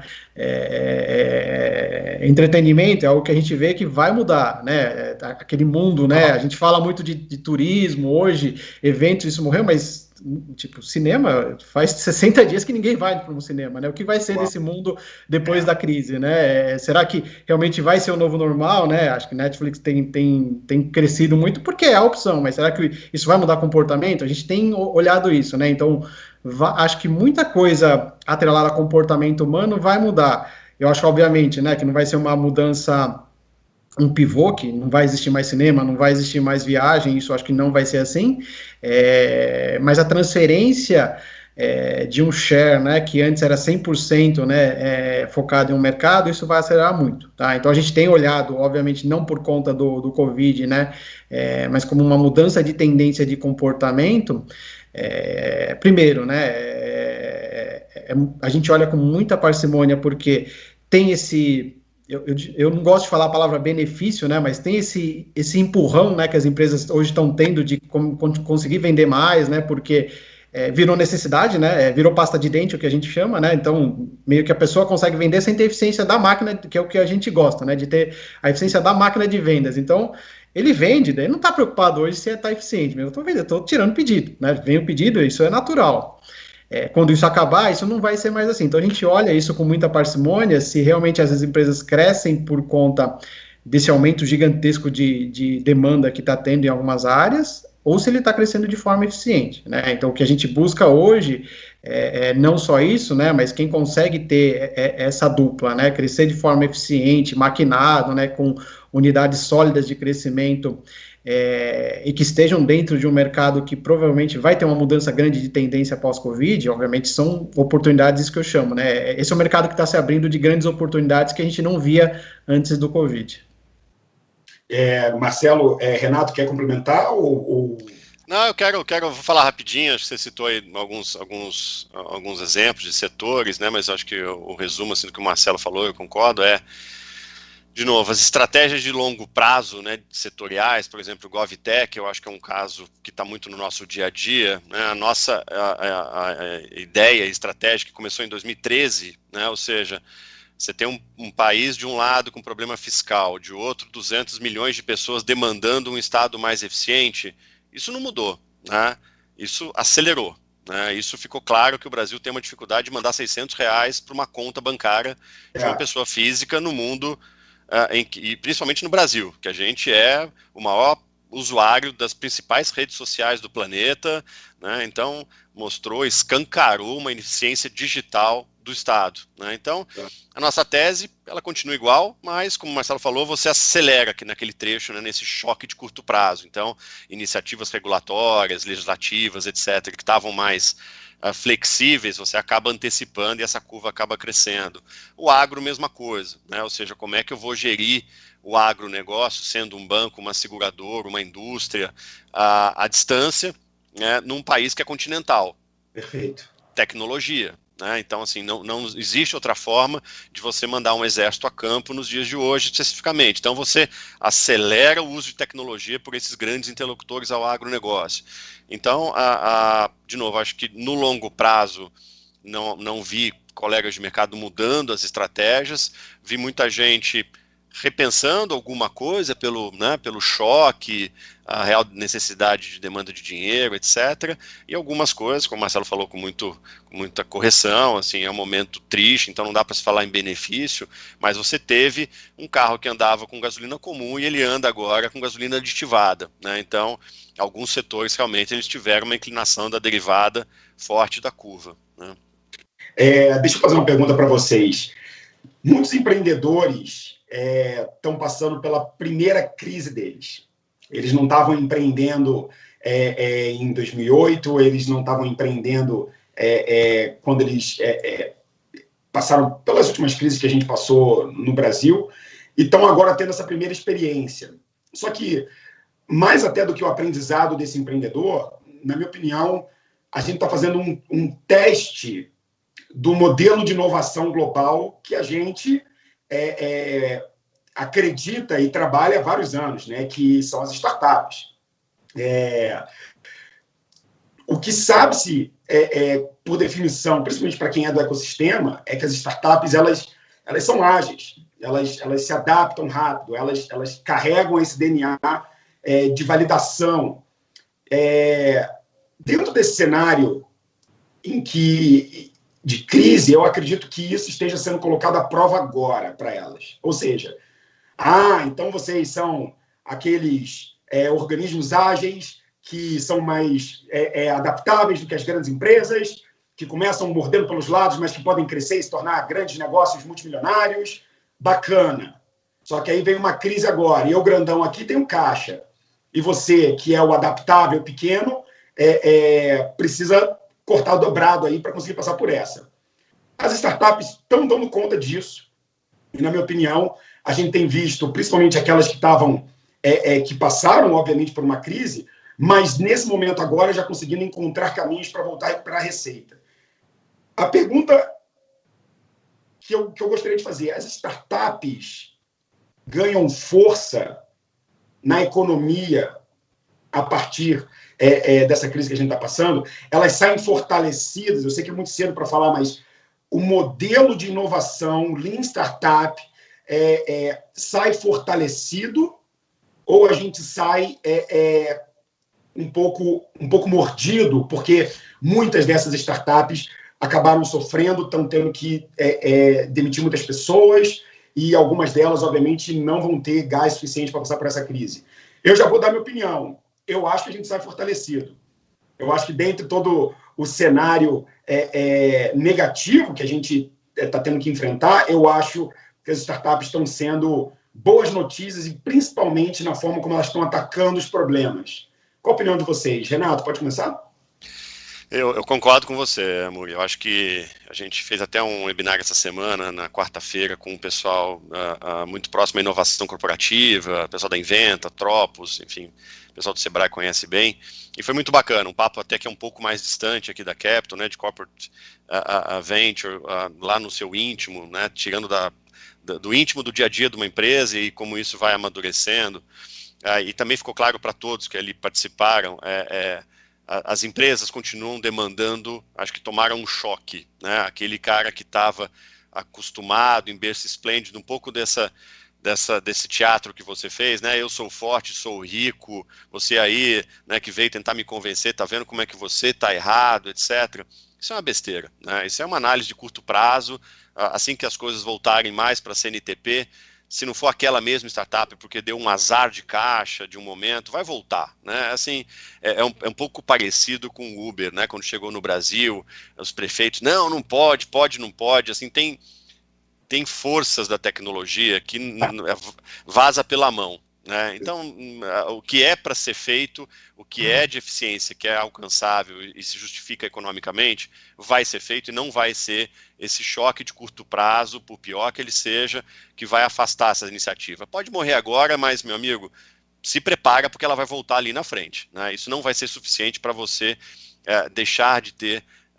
entretenimento é algo que a gente vê que vai mudar, né, aquele mundo, né, a gente fala muito de turismo hoje, eventos, isso morreu, mas tipo, cinema, faz 60 dias que ninguém vai para um cinema, né, o que vai ser desse mundo depois da crise, né, será que realmente vai ser o novo normal, né, acho que Netflix tem crescido muito porque é a opção, mas será que isso vai mudar comportamento? A gente tem olhado isso, né, então acho que muita coisa atrelada a comportamento humano vai mudar, eu acho obviamente, né, que não vai ser uma mudança, um pivô, que não vai existir mais cinema, não vai existir mais viagem, isso acho que não vai ser assim, mas a transferência de um share, né, que antes era 100%, né, focado em um mercado, isso vai acelerar muito, tá? Então a gente tem olhado, obviamente, não por conta do Covid, né, mas como uma mudança de tendência de comportamento, primeiro, né, a gente olha com muita parcimônia porque tem esse... Eu não gosto de falar a palavra benefício, né, mas tem esse empurrão, né, que as empresas hoje estão tendo de conseguir vender mais, né, porque virou necessidade, né, virou pasta de dente, o que a gente chama, né, então meio que a pessoa consegue vender sem ter eficiência da máquina, que é o que a gente gosta, né, de ter a eficiência da máquina de vendas, então ele vende, daí não está preocupado hoje se está eficiente, mas eu estou tirando pedido, né, vem o pedido, isso é natural. Quando isso acabar, isso não vai ser mais assim. Então, a gente olha isso com muita parcimônia, se realmente as empresas crescem por conta desse aumento gigantesco de demanda que está tendo em algumas áreas, ou se ele está crescendo de forma eficiente, né? Então, o que a gente busca hoje não só isso, né? Mas quem consegue ter essa dupla, né? Crescer de forma eficiente, maquinado, né? Com unidades sólidas de crescimento e que estejam dentro de um mercado que provavelmente vai ter uma mudança grande de tendência pós-Covid, obviamente são oportunidades que eu chamo, né? Esse é o mercado que está se abrindo de grandes oportunidades que a gente não via antes do Covid. Marcelo, Renato, quer complementar ou... Não, vou falar rapidinho, acho que você citou aí alguns exemplos de setores, né, mas acho que o resumo assim, do que o Marcelo falou, eu concordo, de novo, as estratégias de longo prazo, né, setoriais, por exemplo, o GovTech, eu acho que é um caso que está muito no nosso dia a dia, né, a nossa ideia estratégica que começou em 2013, né, ou seja, você tem um país de um lado com problema fiscal, de outro 200 milhões de pessoas demandando um Estado mais eficiente. Isso não mudou, né? Isso acelerou, né? Isso ficou claro que o Brasil tem uma dificuldade de mandar R$600 para uma conta bancária de uma pessoa física no mundo, e principalmente no Brasil, que a gente é o maior usuário das principais redes sociais do planeta, né? Então escancarou uma ineficiência digital do Estado, né? Então, a nossa tese, ela continua igual, mas, como o Marcelo falou, você acelera aqui naquele trecho, né, nesse choque de curto prazo. Então, iniciativas regulatórias, legislativas, etc., que estavam mais flexíveis, você acaba antecipando e essa curva acaba crescendo. O agro, mesma coisa, né? Ou seja, como é que eu vou gerir o agronegócio, sendo um banco, uma seguradora, uma indústria, à distância, né, num país que é continental. Perfeito. Tecnologia. Né? Então, assim, não existe outra forma de você mandar um exército a campo nos dias de hoje, especificamente. Então, você acelera o uso de tecnologia por esses grandes interlocutores ao agronegócio. Então, de novo, acho que no longo prazo não vi colegas de mercado mudando as estratégias, vi muita gente repensando alguma coisa pelo choque, a real necessidade de demanda de dinheiro, etc. E algumas coisas, como o Marcelo falou, com muita correção, assim, é um momento triste, então não dá para se falar em benefício, mas você teve um carro que andava com gasolina comum e ele anda agora com gasolina aditivada, né? Então, alguns setores realmente eles tiveram uma inclinação da derivada forte da curva, né? Deixa eu fazer uma pergunta para vocês. Muitos empreendedores estão passando pela primeira crise deles. Eles não estavam empreendendo em 2008, eles não estavam empreendendo quando eles passaram pelas últimas crises que a gente passou no Brasil, e estão agora tendo essa primeira experiência. Só que, mais até do que o aprendizado desse empreendedor, na minha opinião, a gente está fazendo um teste do modelo de inovação global que a gente acredita e trabalha há vários anos, né, que são as startups. O que sabe-se, por definição, principalmente para quem é do ecossistema, é que as startups elas são ágeis, elas se adaptam rápido, elas carregam esse DNA de validação. Dentro desse cenário de crise, eu acredito que isso esteja sendo colocado à prova agora para elas. Ou seja, então vocês são aqueles organismos ágeis que são mais adaptáveis do que as grandes empresas, que começam mordendo pelos lados, mas que podem crescer e se tornar grandes negócios multimilionários. Bacana. Só que aí vem uma crise agora, e eu, grandão, aqui tem um caixa. E você, que é o adaptável pequeno, precisa cortar o dobrado aí para conseguir passar por essa. As startups estão dando conta disso. E, na minha opinião, a gente tem visto, principalmente aquelas que que passaram, obviamente, por uma crise, mas nesse momento agora já conseguindo encontrar caminhos para voltar para a receita. A pergunta que eu gostaria de fazer: as startups ganham força na economia a partir dessa crise que a gente está passando? Elas saem fortalecidas? Eu sei que é muito cedo para falar, mas o modelo de inovação, Lean Startup, sai fortalecido, ou a gente sai um pouco mordido, porque muitas dessas startups acabaram sofrendo, estão tendo que demitir muitas pessoas, e algumas delas, obviamente, não vão ter gás suficiente para passar por essa crise? Eu já vou dar minha opinião. eu acho que a gente sai fortalecido. Eu acho que dentro de todo o cenário negativo que a gente está tendo que enfrentar, eu acho que as startups estão sendo boas notícias e principalmente na forma como elas estão atacando os problemas. Qual a opinião de vocês? Renato, pode começar? Eu concordo com você, Amor. Eu acho que a gente fez até um webinar essa semana, na quarta-feira, com o pessoal muito próximo à inovação corporativa, pessoal da Inventa, Tropos, enfim, o pessoal do Sebrae conhece bem, e foi muito bacana, um papo até que é um pouco mais distante aqui da Capital, né, de Corporate Venture, lá no seu íntimo, né, tirando do íntimo do dia a dia de uma empresa e como isso vai amadurecendo. E também ficou claro para todos que ali participaram, as empresas continuam demandando, acho que tomaram um choque, né? Aquele cara que estava acostumado em berço esplêndido, um pouco desse teatro que você fez, né? Eu sou forte, sou rico, você aí, né, que veio tentar me convencer, tá vendo como é que você está errado, etc. Isso é uma besteira, né? Isso é uma análise de curto prazo. Assim que as coisas voltarem mais para a CNTP, se não for aquela mesma startup, porque deu um azar de caixa de um momento, vai voltar, né? Assim, é um pouco parecido com o Uber, né? Quando chegou no Brasil, os prefeitos, não pode, não pode, assim, tem forças da tecnologia que vaza pela mão, né? Então, o que é para ser feito, o que é de eficiência, que é alcançável e se justifica economicamente, vai ser feito e não vai ser esse choque de curto prazo, por pior que ele seja, que vai afastar essa iniciativa. Pode morrer agora, mas, meu amigo, se prepara porque ela vai voltar ali na frente, né? Isso não vai ser suficiente para você deixar de ter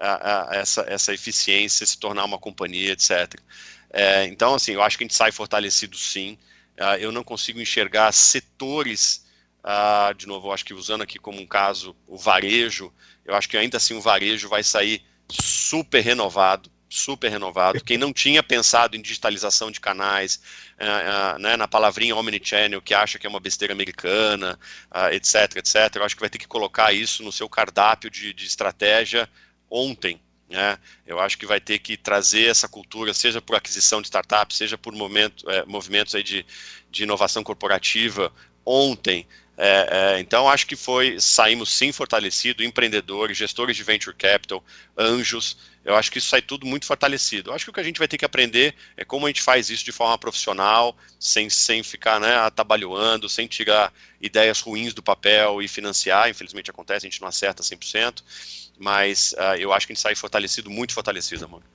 essa eficiência, se tornar uma companhia, etc. Então, assim, eu acho que a gente sai fortalecido, sim. Eu não consigo enxergar setores, de novo, eu acho que usando aqui como um caso o varejo, eu acho que ainda assim o varejo vai sair super renovado. Quem não tinha pensado em digitalização de canais, né, na palavrinha omnichannel, que acha que é uma besteira americana, etc, eu acho que vai ter que colocar isso no seu cardápio de estratégia ontem. Eu acho que vai ter que trazer essa cultura, seja por aquisição de startups, seja por movimentos aí de inovação corporativa ontem. Então acho que saímos sim fortalecido, empreendedores, gestores de venture capital, anjos, eu acho que isso sai tudo muito fortalecido. Eu acho que o que a gente vai ter que aprender é como a gente faz isso de forma profissional, sem ficar, né, atabalhoando, sem tirar ideias ruins do papel e financiar. Infelizmente acontece, a gente não acerta 100%, mas eu acho que a gente sai fortalecido, muito fortalecido, amor.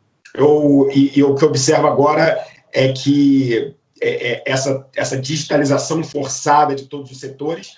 O que eu observo agora é que essa digitalização forçada de todos os setores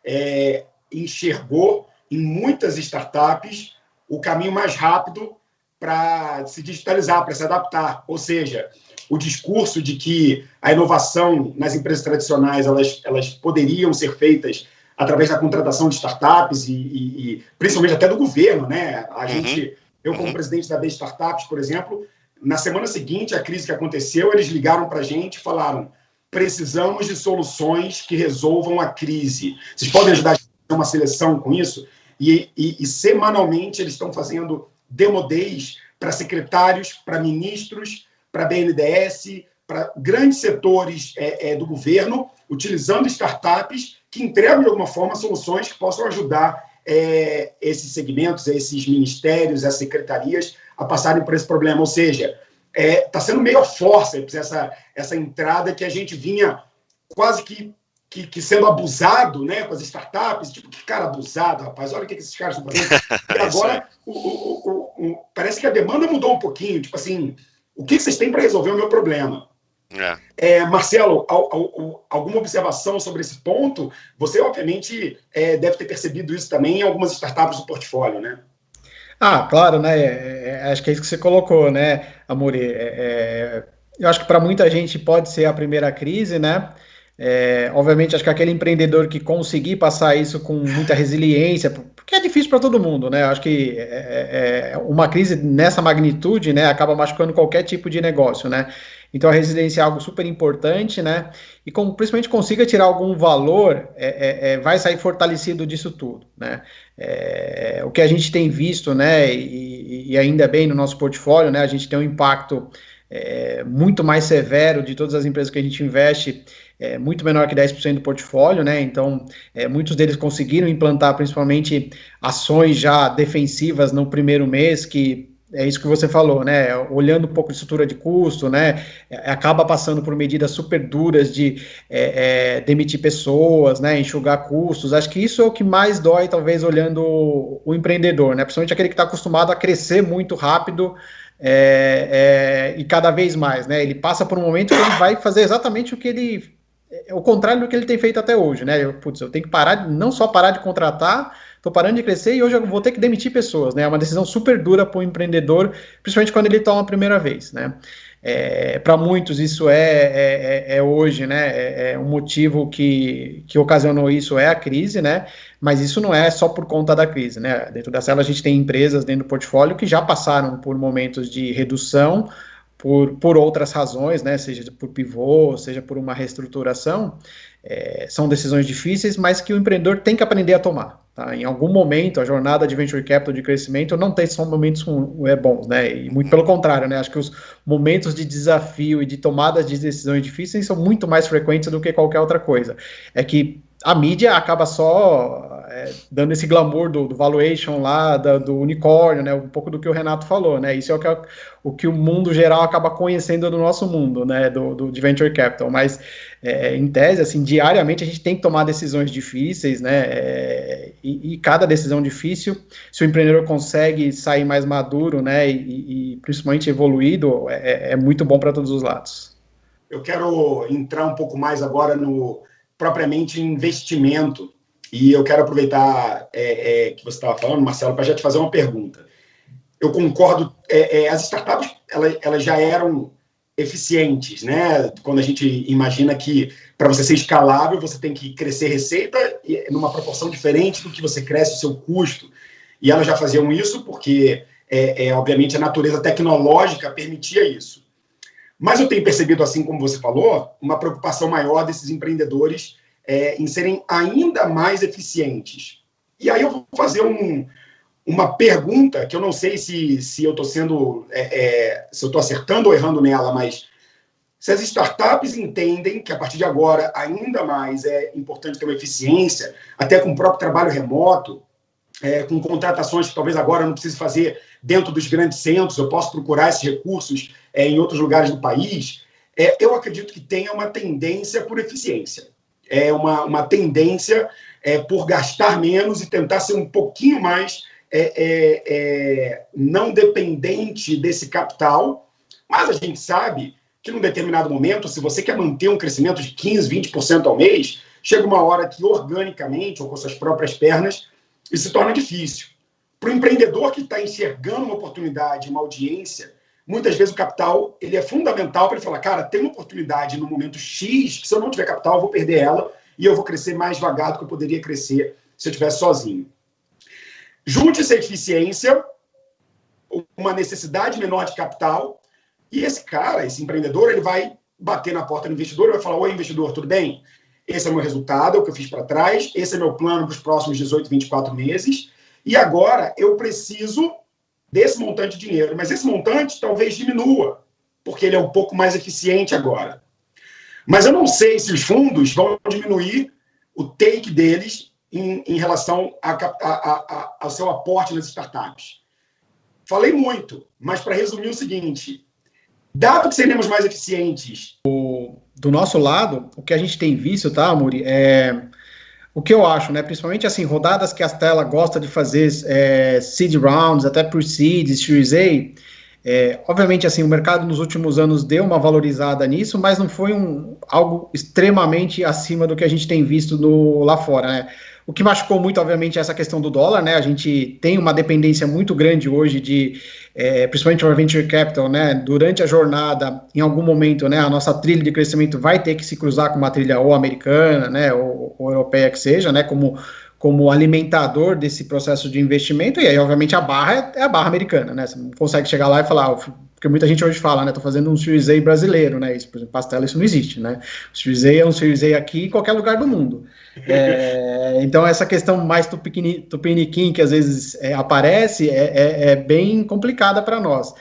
enxergou em muitas startups o caminho mais rápido para se digitalizar, para se adaptar. Ou seja, o discurso de que a inovação nas empresas tradicionais elas poderiam ser feitas através da contratação de startups e principalmente até do governo, né? Eu como presidente da B Startups, por exemplo, na semana seguinte, a crise que aconteceu, eles ligaram para a gente e falaram: precisamos de soluções que resolvam a crise. Vocês podem ajudar a fazer uma seleção com isso? E semanalmente eles estão fazendo demo days para secretários, para ministros, para BNDES, para grandes setores do governo, utilizando startups que entregam de alguma forma soluções que possam ajudar esses segmentos, esses ministérios, essas secretarias a passarem por esse problema. Ou seja, está sendo meio força essa entrada que a gente vinha quase que sendo abusado, né, com as startups, tipo, que cara abusado, rapaz, olha o que esses caras estão fazendo. E agora parece que a demanda mudou um pouquinho, tipo assim, o que vocês têm para resolver o meu problema? Marcelo, alguma observação sobre esse ponto? Você, obviamente, deve ter percebido isso também em algumas startups do portfólio, né? Claro, né? Acho que é isso que você colocou, né, Amori? Eu acho que para muita gente pode ser a primeira crise, né? Obviamente, acho que aquele empreendedor que conseguir passar isso com muita resiliência, porque é difícil para todo mundo, né? Acho que uma crise nessa magnitude, né, acaba machucando qualquer tipo de negócio, né? Então a resiliência é algo super importante, né? E como principalmente consiga tirar algum valor, vai sair fortalecido disso tudo, né? O que a gente tem visto, né? E ainda bem no nosso portfólio, né? A gente tem um impacto muito mais severo de todas as empresas que a gente investe, muito menor que 10% do portfólio, né? Então, muitos deles conseguiram implantar principalmente ações já defensivas no primeiro mês, que é isso que você falou, né? Olhando um pouco de estrutura de custo, né? Acaba passando por medidas super duras de demitir pessoas, né? Enxugar custos. Acho que isso é o que mais dói, talvez, olhando o empreendedor, né? Principalmente aquele que está acostumado a crescer muito rápido e cada vez mais, né? Ele passa por um momento que ele vai fazer exatamente o contrário do que ele tem feito até hoje, né? Eu tenho que parar, não só parar de contratar, estou parando de crescer e hoje eu vou ter que demitir pessoas, né? É uma decisão super dura para o empreendedor, principalmente quando ele toma a primeira vez, né? Para muitos isso hoje, né? Um motivo que ocasionou isso é a crise, né? Mas isso não é só por conta da crise, né? Dentro da Cielo a gente tem empresas dentro do portfólio que já passaram por momentos de redução, por outras razões, né, seja por pivô, seja por uma reestruturação, são decisões difíceis, mas que o empreendedor tem que aprender a tomar. Tá? Em algum momento, a jornada de venture capital de crescimento não tem só momentos bons, né, e muito pelo contrário, né, acho que os momentos de desafio e de tomadas de decisões difíceis são muito mais frequentes do que qualquer outra coisa. É que a mídia acaba só dando esse glamour do valuation lá, do unicórnio, né, um pouco do que o Renato falou, né, isso é o que o mundo geral acaba conhecendo do nosso mundo, né, de venture capital, mas em tese, assim, diariamente a gente tem que tomar decisões difíceis, né, e cada decisão difícil, se o empreendedor consegue sair mais maduro, né, e principalmente evoluído, é muito bom para todos os lados. Eu quero entrar um pouco mais agora no propriamente investimento, e eu quero aproveitar que você estava falando, Marcelo, para já te fazer uma pergunta. Eu concordo, as startups elas já eram eficientes, né? Quando a gente imagina que para você ser escalável, você tem que crescer receita numa proporção diferente do que você cresce o seu custo. E elas já faziam isso porque, obviamente, a natureza tecnológica permitia isso. Mas eu tenho percebido, assim como você falou, uma preocupação maior desses empreendedores em serem ainda mais eficientes. E aí eu vou fazer uma pergunta que eu não sei se eu estou sendo, se eu estou acertando ou errando nela, mas se as startups entendem que a partir de agora ainda mais é importante ter uma eficiência, até com o próprio trabalho remoto, com contratações que talvez agora eu não precise fazer dentro dos grandes centros, eu posso procurar esses recursos em outros lugares do país, eu acredito que tenha uma tendência por eficiência. Uma tendência por gastar menos e tentar ser um pouquinho mais não dependente desse capital, mas a gente sabe que num determinado momento, se você quer manter um crescimento de 15%, 20% ao mês, chega uma hora que organicamente, ou com suas próprias pernas, isso se torna difícil. Para o empreendedor que está enxergando uma oportunidade, uma audiência, muitas vezes o capital ele é fundamental para ele falar, cara, tem uma oportunidade no momento X, que se eu não tiver capital, eu vou perder ela e eu vou crescer mais devagar do que eu poderia crescer se eu estivesse sozinho. Junte essa eficiência, uma necessidade menor de capital, e esse cara, esse empreendedor, ele vai bater na porta do investidor e vai falar, oi, investidor, tudo bem? Esse é o meu resultado, é o que eu fiz para trás, esse é meu plano para os próximos 18, 24 meses, e agora eu preciso desse montante de dinheiro, mas esse montante talvez diminua, porque ele é um pouco mais eficiente agora. Mas eu não sei se os fundos vão diminuir o take deles em relação ao seu aporte nas startups. Falei muito, mas para resumir o seguinte, dado que seremos mais eficientes... Do nosso lado, o que a gente tem visto, tá, Amuri, o que eu acho, né, principalmente assim, rodadas que a Stella gosta de fazer seed rounds, até pre-seed, Series A, obviamente, assim, o mercado nos últimos anos deu uma valorizada nisso, mas não foi algo extremamente acima do que a gente tem visto lá fora, né. O que machucou muito, obviamente, é essa questão do dólar, né? A gente tem uma dependência muito grande hoje principalmente o Venture Capital, né? Durante a jornada, em algum momento, né? A nossa trilha de crescimento vai ter que se cruzar com uma trilha ou americana, né? Ou europeia que seja, né? Como alimentador desse processo de investimento. E aí, obviamente, a barra é a barra americana, né? Você não consegue chegar lá e falar... Porque muita gente hoje fala, né, tô fazendo um Series A brasileiro, né, isso, por exemplo, Pastela, isso não existe, né, o Series A é um Series A aqui em qualquer lugar do mundo. Então, essa questão mais tupiniquim que às vezes aparece é bem complicada para nós.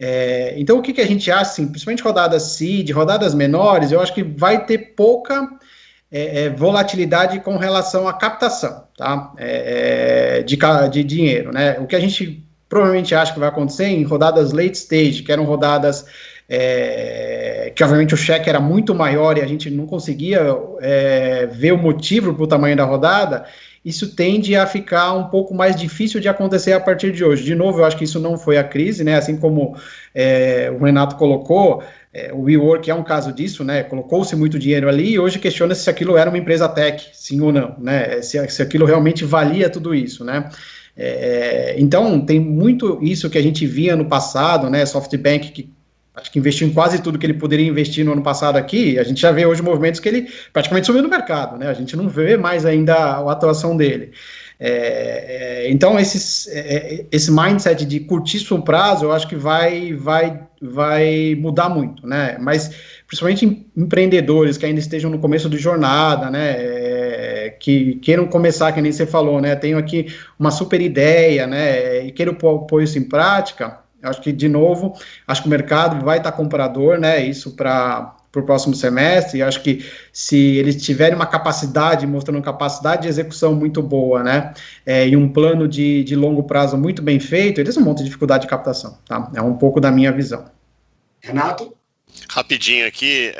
Então, o que a gente acha, assim, principalmente rodadas seed, rodadas menores, eu acho que vai ter pouca volatilidade com relação à captação, tá? De dinheiro, né? O que a gente provavelmente acha que vai acontecer em rodadas late stage, que eram rodadas que obviamente o cheque era muito maior e a gente não conseguia ver o motivo para o tamanho da rodada, isso tende a ficar um pouco mais difícil de acontecer a partir de hoje. De novo, eu acho que isso não foi a crise, né? Assim como o Renato colocou, o WeWork é um caso disso, né? Colocou-se muito dinheiro ali e hoje questiona-se se aquilo era uma empresa tech, sim ou não, né? Se aquilo realmente valia tudo isso, né? Então, tem muito isso que a gente via no passado, né? SoftBank, que acho que investiu em quase tudo que ele poderia investir no ano passado aqui, a gente já vê hoje movimentos que ele praticamente sumiu no mercado, né? A gente não vê mais ainda a atuação dele. Então, esse mindset de curtíssimo prazo, eu acho que vai mudar muito, né? Mas, principalmente empreendedores que ainda estejam no começo de jornada, né? Que queiram começar, que nem você falou, né? Tenho aqui uma super ideia, né? E quero pôr isso em prática. Acho que, de novo, acho que o mercado vai estar comprador, né? Isso para o próximo semestre. E acho que se eles tiverem uma capacidade, mostrando capacidade de execução muito boa, né? E um plano de longo prazo muito bem feito, eles não vão ter dificuldade de captação, tá? É um pouco da minha visão. Renato? Rapidinho aqui,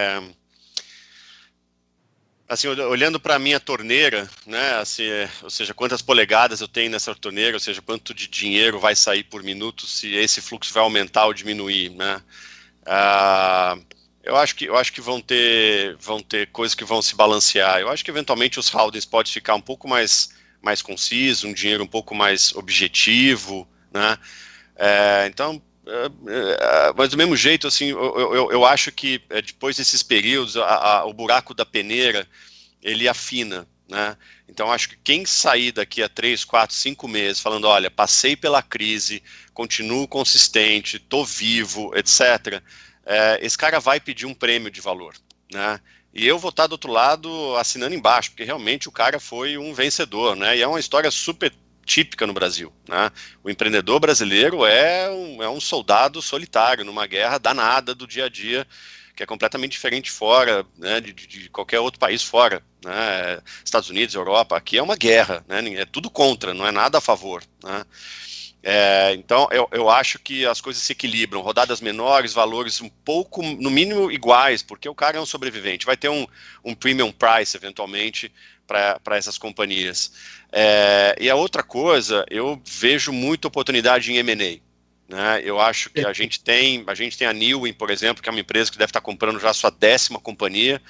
assim, olhando para a minha torneira, né, assim, ou seja, quantas polegadas eu tenho nessa torneira, ou seja, quanto de dinheiro vai sair por minuto, se esse fluxo vai aumentar ou diminuir, né? Eu acho que vão ter coisas que vão se balancear. Eu acho que eventualmente os holdings podem ficar um pouco mais conciso, um dinheiro um pouco mais objetivo, né? Então, mas do mesmo jeito, assim, eu acho que depois desses períodos, o buraco da peneira, ele afina, né? Então, acho que quem sair daqui a 3, 4, 5 meses falando, olha, passei pela crise, continuo consistente, estou vivo, etc., esse cara vai pedir um prêmio de valor, né? E eu vou estar do outro lado assinando embaixo, porque realmente o cara foi um vencedor, né? E é uma história super típica no Brasil, né? O empreendedor brasileiro é um soldado solitário numa guerra danada do dia a dia, que é completamente diferente fora, né, de qualquer outro país fora, né? Estados Unidos, Europa, aqui é uma guerra, né? É tudo contra, não é nada a favor, né? Então eu acho que as coisas se equilibram, rodadas menores, valores um pouco, no mínimo, iguais, porque o cara é um sobrevivente, vai ter um premium price, eventualmente, para essas companhias. E a outra coisa, eu vejo muita oportunidade em M&A, né? Eu acho que a gente tem a Neowin, por exemplo, que é uma empresa que deve estar comprando já a sua 10ª companhia,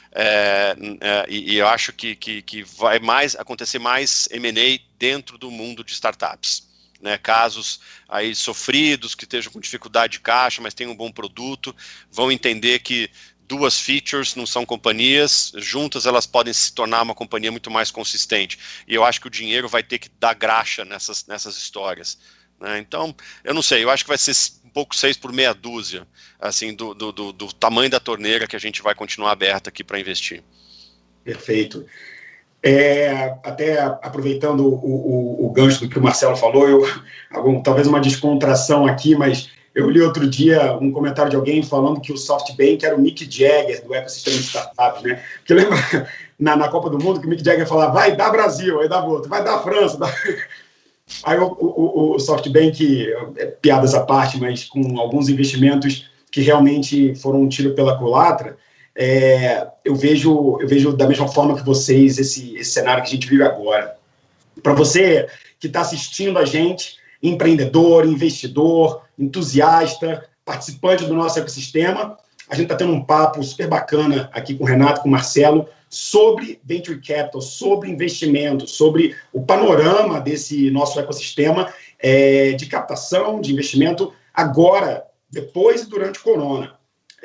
e eu acho que vai acontecer mais M&A dentro do mundo de startups, né? Casos aí sofridos, que estejam com dificuldade de caixa, mas têm um bom produto, vão entender que 2 features não são companhias, juntas elas podem se tornar uma companhia muito mais consistente, e eu acho que o dinheiro vai ter que dar graxa nessas histórias, né? Então, eu não sei, eu acho que vai ser um pouco 6 por meia dúzia, assim, do tamanho da torneira que a gente vai continuar aberta aqui para investir. Perfeito. Até aproveitando o gancho do que o Marcelo falou, talvez uma descontração aqui, mas eu li outro dia um comentário de alguém falando que o SoftBank era o Mick Jagger do ecossistema de startups, né? Porque lembra na Copa do Mundo que o Mick Jagger falava, vai dar Brasil, aí dava outro, vai dar França. Aí o SoftBank, piadas à parte, mas com alguns investimentos que realmente foram um tiro pela culatra, eu vejo da mesma forma que vocês esse cenário que a gente vive agora. Para você que está assistindo a gente, empreendedor, investidor, entusiasta, participante do nosso ecossistema, a gente está tendo um papo super bacana aqui com o Renato, com o Marcelo, sobre Venture Capital, sobre investimento, sobre o panorama desse nosso ecossistema de captação, de investimento, agora, depois e durante o Corona.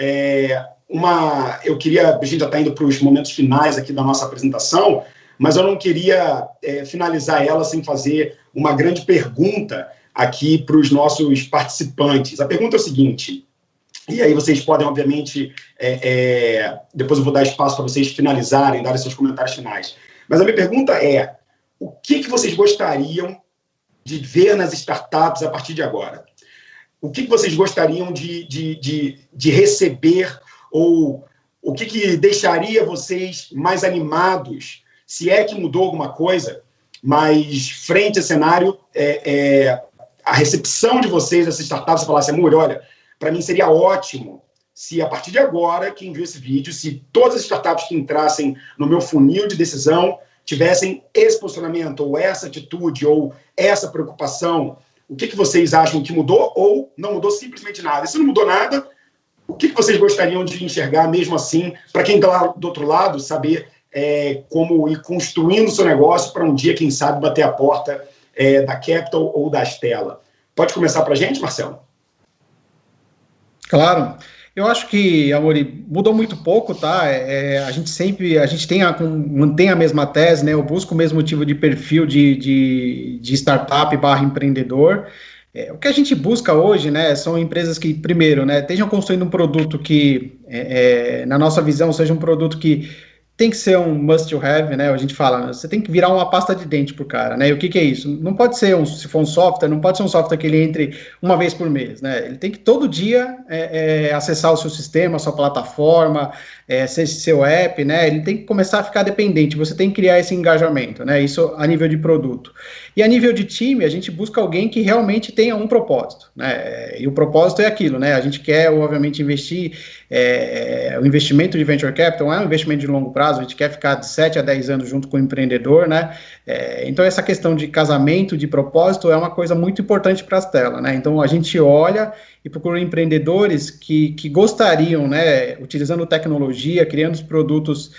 A gente já está indo para os momentos finais aqui da nossa apresentação, mas eu não queria finalizar ela sem fazer uma grande pergunta aqui para os nossos participantes. A pergunta é o seguinte, e aí vocês podem, obviamente, depois eu vou dar espaço para vocês finalizarem, darem seus comentários finais. Mas a minha pergunta é, o que vocês gostariam de ver nas startups a partir de agora? o que vocês gostariam de receber, ou o que deixaria vocês mais animados, se é que mudou alguma coisa, mas frente a cenário, a recepção de vocês, dessa startup, você falasse, amor, olha, para mim seria ótimo se a partir de agora, quem viu esse vídeo, se todas as startups que entrassem no meu funil de decisão tivessem esse posicionamento, ou essa atitude, ou essa preocupação, o que vocês acham que mudou, ou não mudou simplesmente nada? E se não mudou nada, o que vocês gostariam de enxergar mesmo assim, para quem está lá do outro lado, saber como ir construindo o seu negócio para um dia, quem sabe, bater a porta da Capital ou da Stella? Pode começar para a gente, Marcelo? Claro. Eu acho que, Amaury, mudou muito pouco, tá? A gente mantém a mesma tese, né? Eu busco o mesmo tipo de perfil de startup / empreendedor. O que a gente busca hoje, né, são empresas que, primeiro, né, estejam construindo um produto que, na nossa visão, seja um produto que tem que ser um must to have, né? A gente fala, você tem que virar uma pasta de dente pro cara, né? E o que é isso? Não pode ser, se for um software, não pode ser um software que ele entre uma vez por mês, né? Ele tem que todo dia acessar o seu sistema, a sua plataforma, seu app, né? Ele tem que começar a ficar dependente, você tem que criar esse engajamento, né? Isso a nível de produto. E a nível de time, a gente busca alguém que realmente tenha um propósito, né? E o propósito é aquilo, né? A gente quer, obviamente, investir, o investimento de venture capital é um investimento de longo prazo, a gente quer ficar de 7 a 10 anos junto com o empreendedor, né? Então, essa questão de casamento, de propósito, é uma coisa muito importante para a Stella, né? Então, a gente olha e procura empreendedores que gostariam, né, utilizando tecnologia, criando os produtos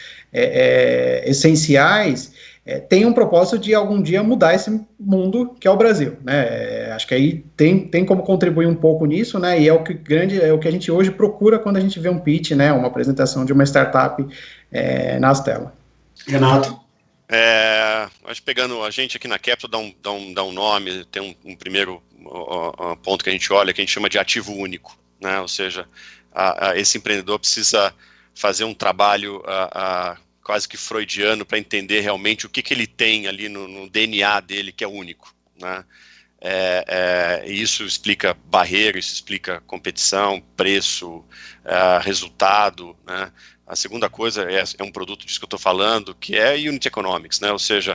essenciais, tem um propósito de algum dia mudar esse mundo que é o Brasil, né? Acho que aí tem como contribuir um pouco nisso, né? E é o que a gente hoje procura quando a gente vê um pitch, né? Uma apresentação de uma startup na Stella. Renato? Acho que pegando a gente aqui na Capital, dá um nome, tem um primeiro ponto que a gente olha, que a gente chama de ativo único, né? Ou seja, esse empreendedor precisa fazer um trabalho quase que freudiano para entender realmente o que ele tem ali no DNA dele que é único, né? E isso explica barreira, isso explica competição, preço, resultado, né? A segunda coisa é um produto disso que eu estou falando, que é Unit Economics, né? Ou seja,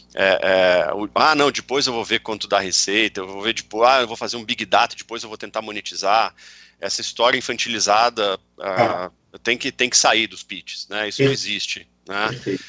não, depois eu vou ver quanto dá receita, eu vou ver depois, eu vou fazer um Big Data, depois eu vou tentar monetizar. Essa história infantilizada tem que sair dos pitches, né? Isso não existe, né?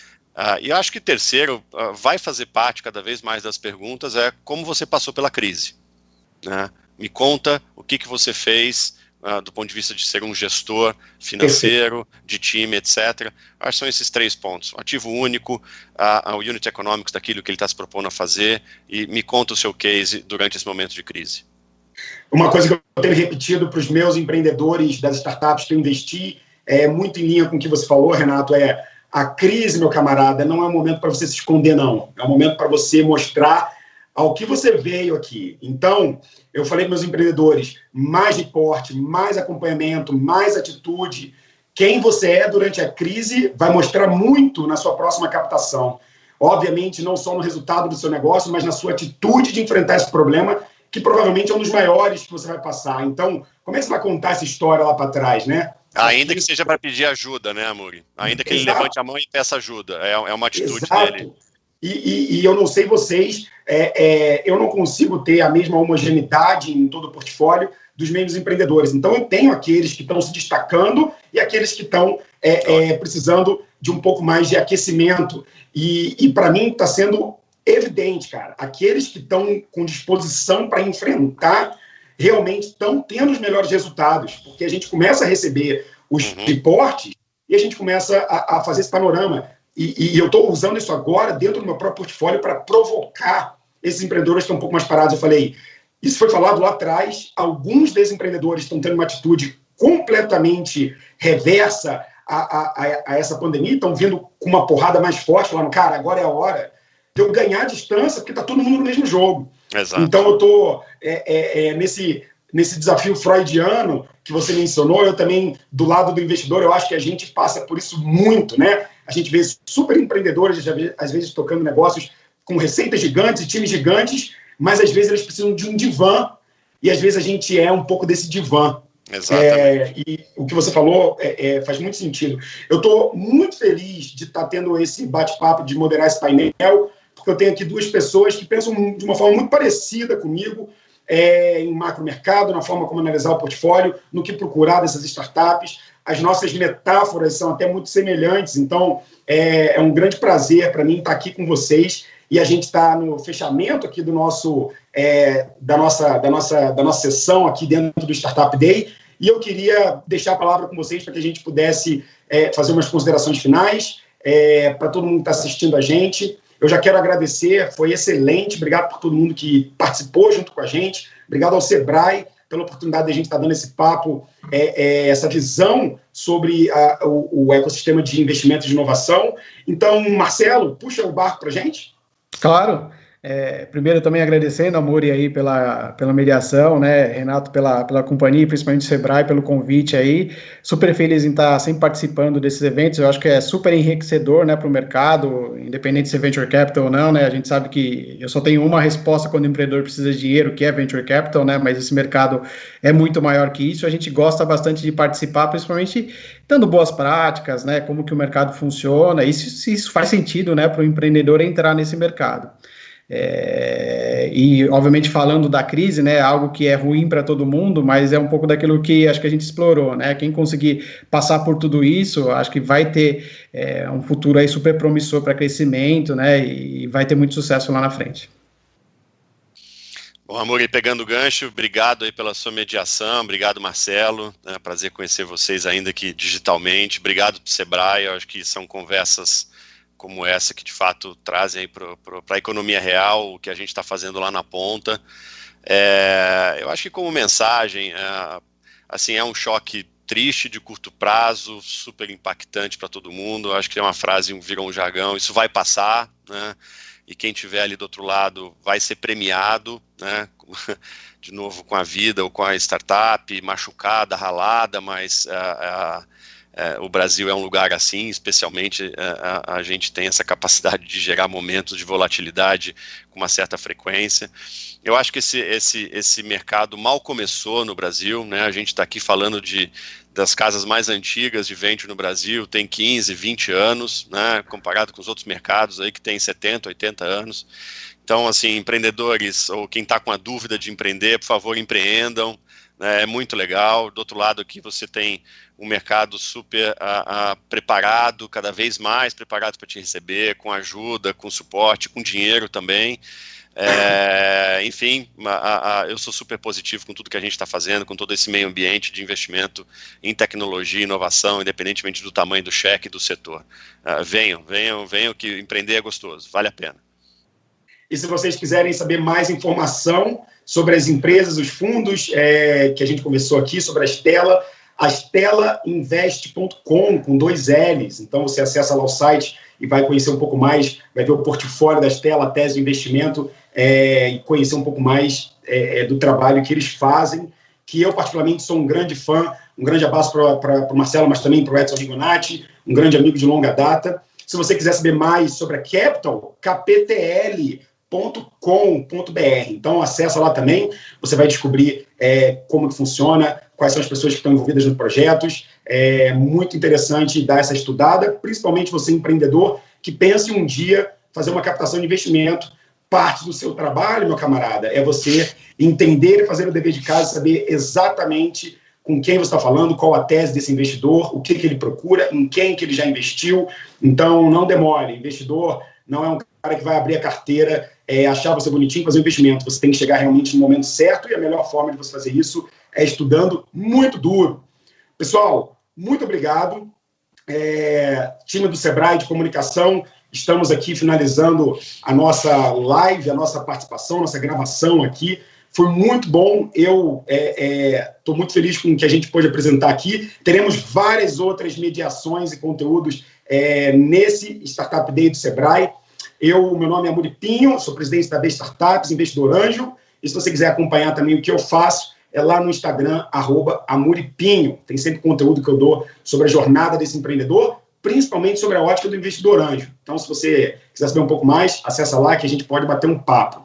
E eu acho que terceiro, vai fazer parte cada vez mais das perguntas, como você passou pela crise, né? Me conta o que você fez do ponto de vista de ser um gestor financeiro, de time, etc. Acho que são esses 3 pontos. Ativo único, o Unit Economics daquilo que ele está se propondo a fazer, e me conta o seu case durante esse momento de crise. Uma coisa que eu tenho repetido para os meus empreendedores das startups que eu investi, muito em linha com o que você falou, Renato, a crise, meu camarada, não é um momento para você se esconder, não. É um momento para você mostrar ao que você veio aqui. Então, eu falei para meus empreendedores, mais reporte, mais acompanhamento, mais atitude. Quem você é durante a crise vai mostrar muito na sua próxima captação. Obviamente, não só no resultado do seu negócio, mas na sua atitude de enfrentar esse problema, que provavelmente é um dos maiores que você vai passar. Então, como é que você vai contar essa história lá para trás, né? Ainda que seja para pedir ajuda, né, Amaury? Ainda que ele levante a mão e peça ajuda. É uma atitude dele. E eu não sei vocês, eu não consigo ter a mesma homogeneidade em todo o portfólio dos meus empreendedores. Então, eu tenho aqueles que estão se destacando e aqueles que estão precisando de um pouco mais de aquecimento. E para mim, está sendo evidente, cara. Aqueles que estão com disposição para enfrentar realmente estão tendo os melhores resultados, porque a gente começa a receber os reportes e a gente começa a fazer esse panorama. E eu estou usando isso agora dentro do meu próprio portfólio para provocar esses empreendedores que estão um pouco mais parados. Eu falei, isso foi falado lá atrás, alguns desses empreendedores estão tendo uma atitude completamente reversa a essa pandemia, estão vindo com uma porrada mais forte, falando, cara, agora é a hora de eu ganhar distância, porque está todo mundo no mesmo jogo. Exato. Então eu estou nesse desafio freudiano que você mencionou, eu também, do lado do investidor, eu acho que a gente passa por isso muito, né? A gente vê super empreendedores, às vezes, tocando negócios com receitas gigantes e times gigantes, mas às vezes eles precisam de um divã e às vezes a gente é um pouco desse divã. Exatamente. E o que você falou faz muito sentido. Eu estou muito feliz de estar tendo esse bate-papo, de moderar esse painel, porque eu tenho aqui duas pessoas que pensam de uma forma muito parecida comigo, em macromercado, na forma como analisar o portfólio, no que procurar dessas startups. As nossas metáforas são até muito semelhantes, então é um grande prazer para mim estar aqui com vocês, e a gente está no fechamento aqui da nossa sessão aqui dentro do Startup Day, e eu queria deixar a palavra com vocês para que a gente pudesse fazer umas considerações finais para todo mundo que está assistindo a gente. Eu já quero agradecer, foi excelente, obrigado por todo mundo que participou junto com a gente, obrigado ao Sebrae pela oportunidade de a gente estar dando esse papo, essa visão sobre o ecossistema de investimento e de inovação. Então, Marcelo, puxa o barco para a gente. Claro. Primeiro também agradecendo a Amuri aí pela mediação, né, Renato pela companhia, principalmente o Sebrae pelo convite aí, super feliz em estar sempre participando desses eventos. Eu acho que é super enriquecedor, né, para o mercado, independente se é venture capital ou não, né, a gente sabe que eu só tenho uma resposta quando o empreendedor precisa de dinheiro, que é venture capital, né, mas esse mercado é muito maior que isso. A gente gosta bastante de participar, principalmente dando boas práticas, né, como que o mercado funciona, e se isso faz sentido, né, para o empreendedor entrar nesse mercado. E obviamente falando da crise, né, algo que é ruim para todo mundo, mas é um pouco daquilo que acho que a gente explorou, né, quem conseguir passar por tudo isso, acho que vai ter um futuro aí super promissor para crescimento, né, e vai ter muito sucesso lá na frente. Bom, Amuri, pegando o gancho, obrigado aí pela sua mediação, obrigado, Marcelo, prazer conhecer vocês ainda aqui digitalmente, obrigado pro Sebrae, eu acho que são conversas como essa que de fato trazem para a economia real o que a gente está fazendo lá na ponta. Eu acho que como mensagem, assim, é um choque triste de curto prazo, super impactante para todo mundo. Eu acho que é uma frase, virou um jargão, isso vai passar, né? E quem estiver ali do outro lado vai ser premiado, né? De novo com a vida ou com a startup, machucada, ralada, mas o Brasil é um lugar assim, especialmente a gente tem essa capacidade de gerar momentos de volatilidade com uma certa frequência. Eu acho que esse mercado mal começou no Brasil, né? A gente está aqui falando das casas mais antigas de venture no Brasil, tem 15, 20 anos, né? Comparado com os outros mercados aí que tem 70, 80 anos. Então, assim, empreendedores ou quem está com a dúvida de empreender, por favor, empreendam. É muito legal. Do outro lado aqui você tem um mercado super preparado, cada vez mais preparado para te receber, com ajuda, com suporte, com dinheiro também. Enfim, eu sou super positivo com tudo que a gente está fazendo, com todo esse meio ambiente de investimento em tecnologia e inovação, independentemente do tamanho do cheque do setor. Venham, que empreender é gostoso, vale a pena. E se vocês quiserem saber mais informação sobre as empresas, os fundos que a gente conversou aqui, sobre a stelainvest.com, com 2 L's. Então, você acessa lá o site e vai conhecer um pouco mais, vai ver o portfólio da Stella, a tese de investimento, e conhecer um pouco mais do trabalho que eles fazem, que eu, particularmente, sou um grande fã. Um grande abraço para o Marcelo, mas também para o Edson Rigonati, um grande amigo de longa data. Se você quiser saber mais sobre a Capital, kptl.com.br. Então, acessa lá também, você vai descobrir como que funciona, quais são as pessoas que estão envolvidas nos projetos. É muito interessante dar essa estudada, principalmente você, empreendedor, que pensa em um dia fazer uma captação de investimento. Parte do seu trabalho, meu camarada, é você entender e fazer o dever de casa, saber exatamente com quem você está falando, qual a tese desse investidor, o que ele procura, em quem que ele já investiu. Então, não demore. Investidor não é um cara que vai abrir a carteira, achar você bonitinho, fazer um investimento. Você tem que chegar realmente no momento certo, e a melhor forma de você fazer isso é estudando muito duro. Pessoal, muito obrigado. Time do Sebrae de comunicação, estamos aqui finalizando a nossa live, a nossa participação, nossa gravação aqui. Foi muito bom, eu estou muito feliz com o que a gente pôde apresentar aqui. Teremos várias outras mediações e conteúdos nesse Startup Day do Sebrae. Meu nome é Amuri Pinho, sou presidente da B Startups, investidor anjo, e se você quiser acompanhar também o que eu faço, é lá no Instagram, @AmuriPinho. Tem sempre conteúdo que eu dou sobre a jornada desse empreendedor, principalmente sobre a ótica do investidor anjo. Então, se você quiser saber um pouco mais, acessa lá que a gente pode bater um papo.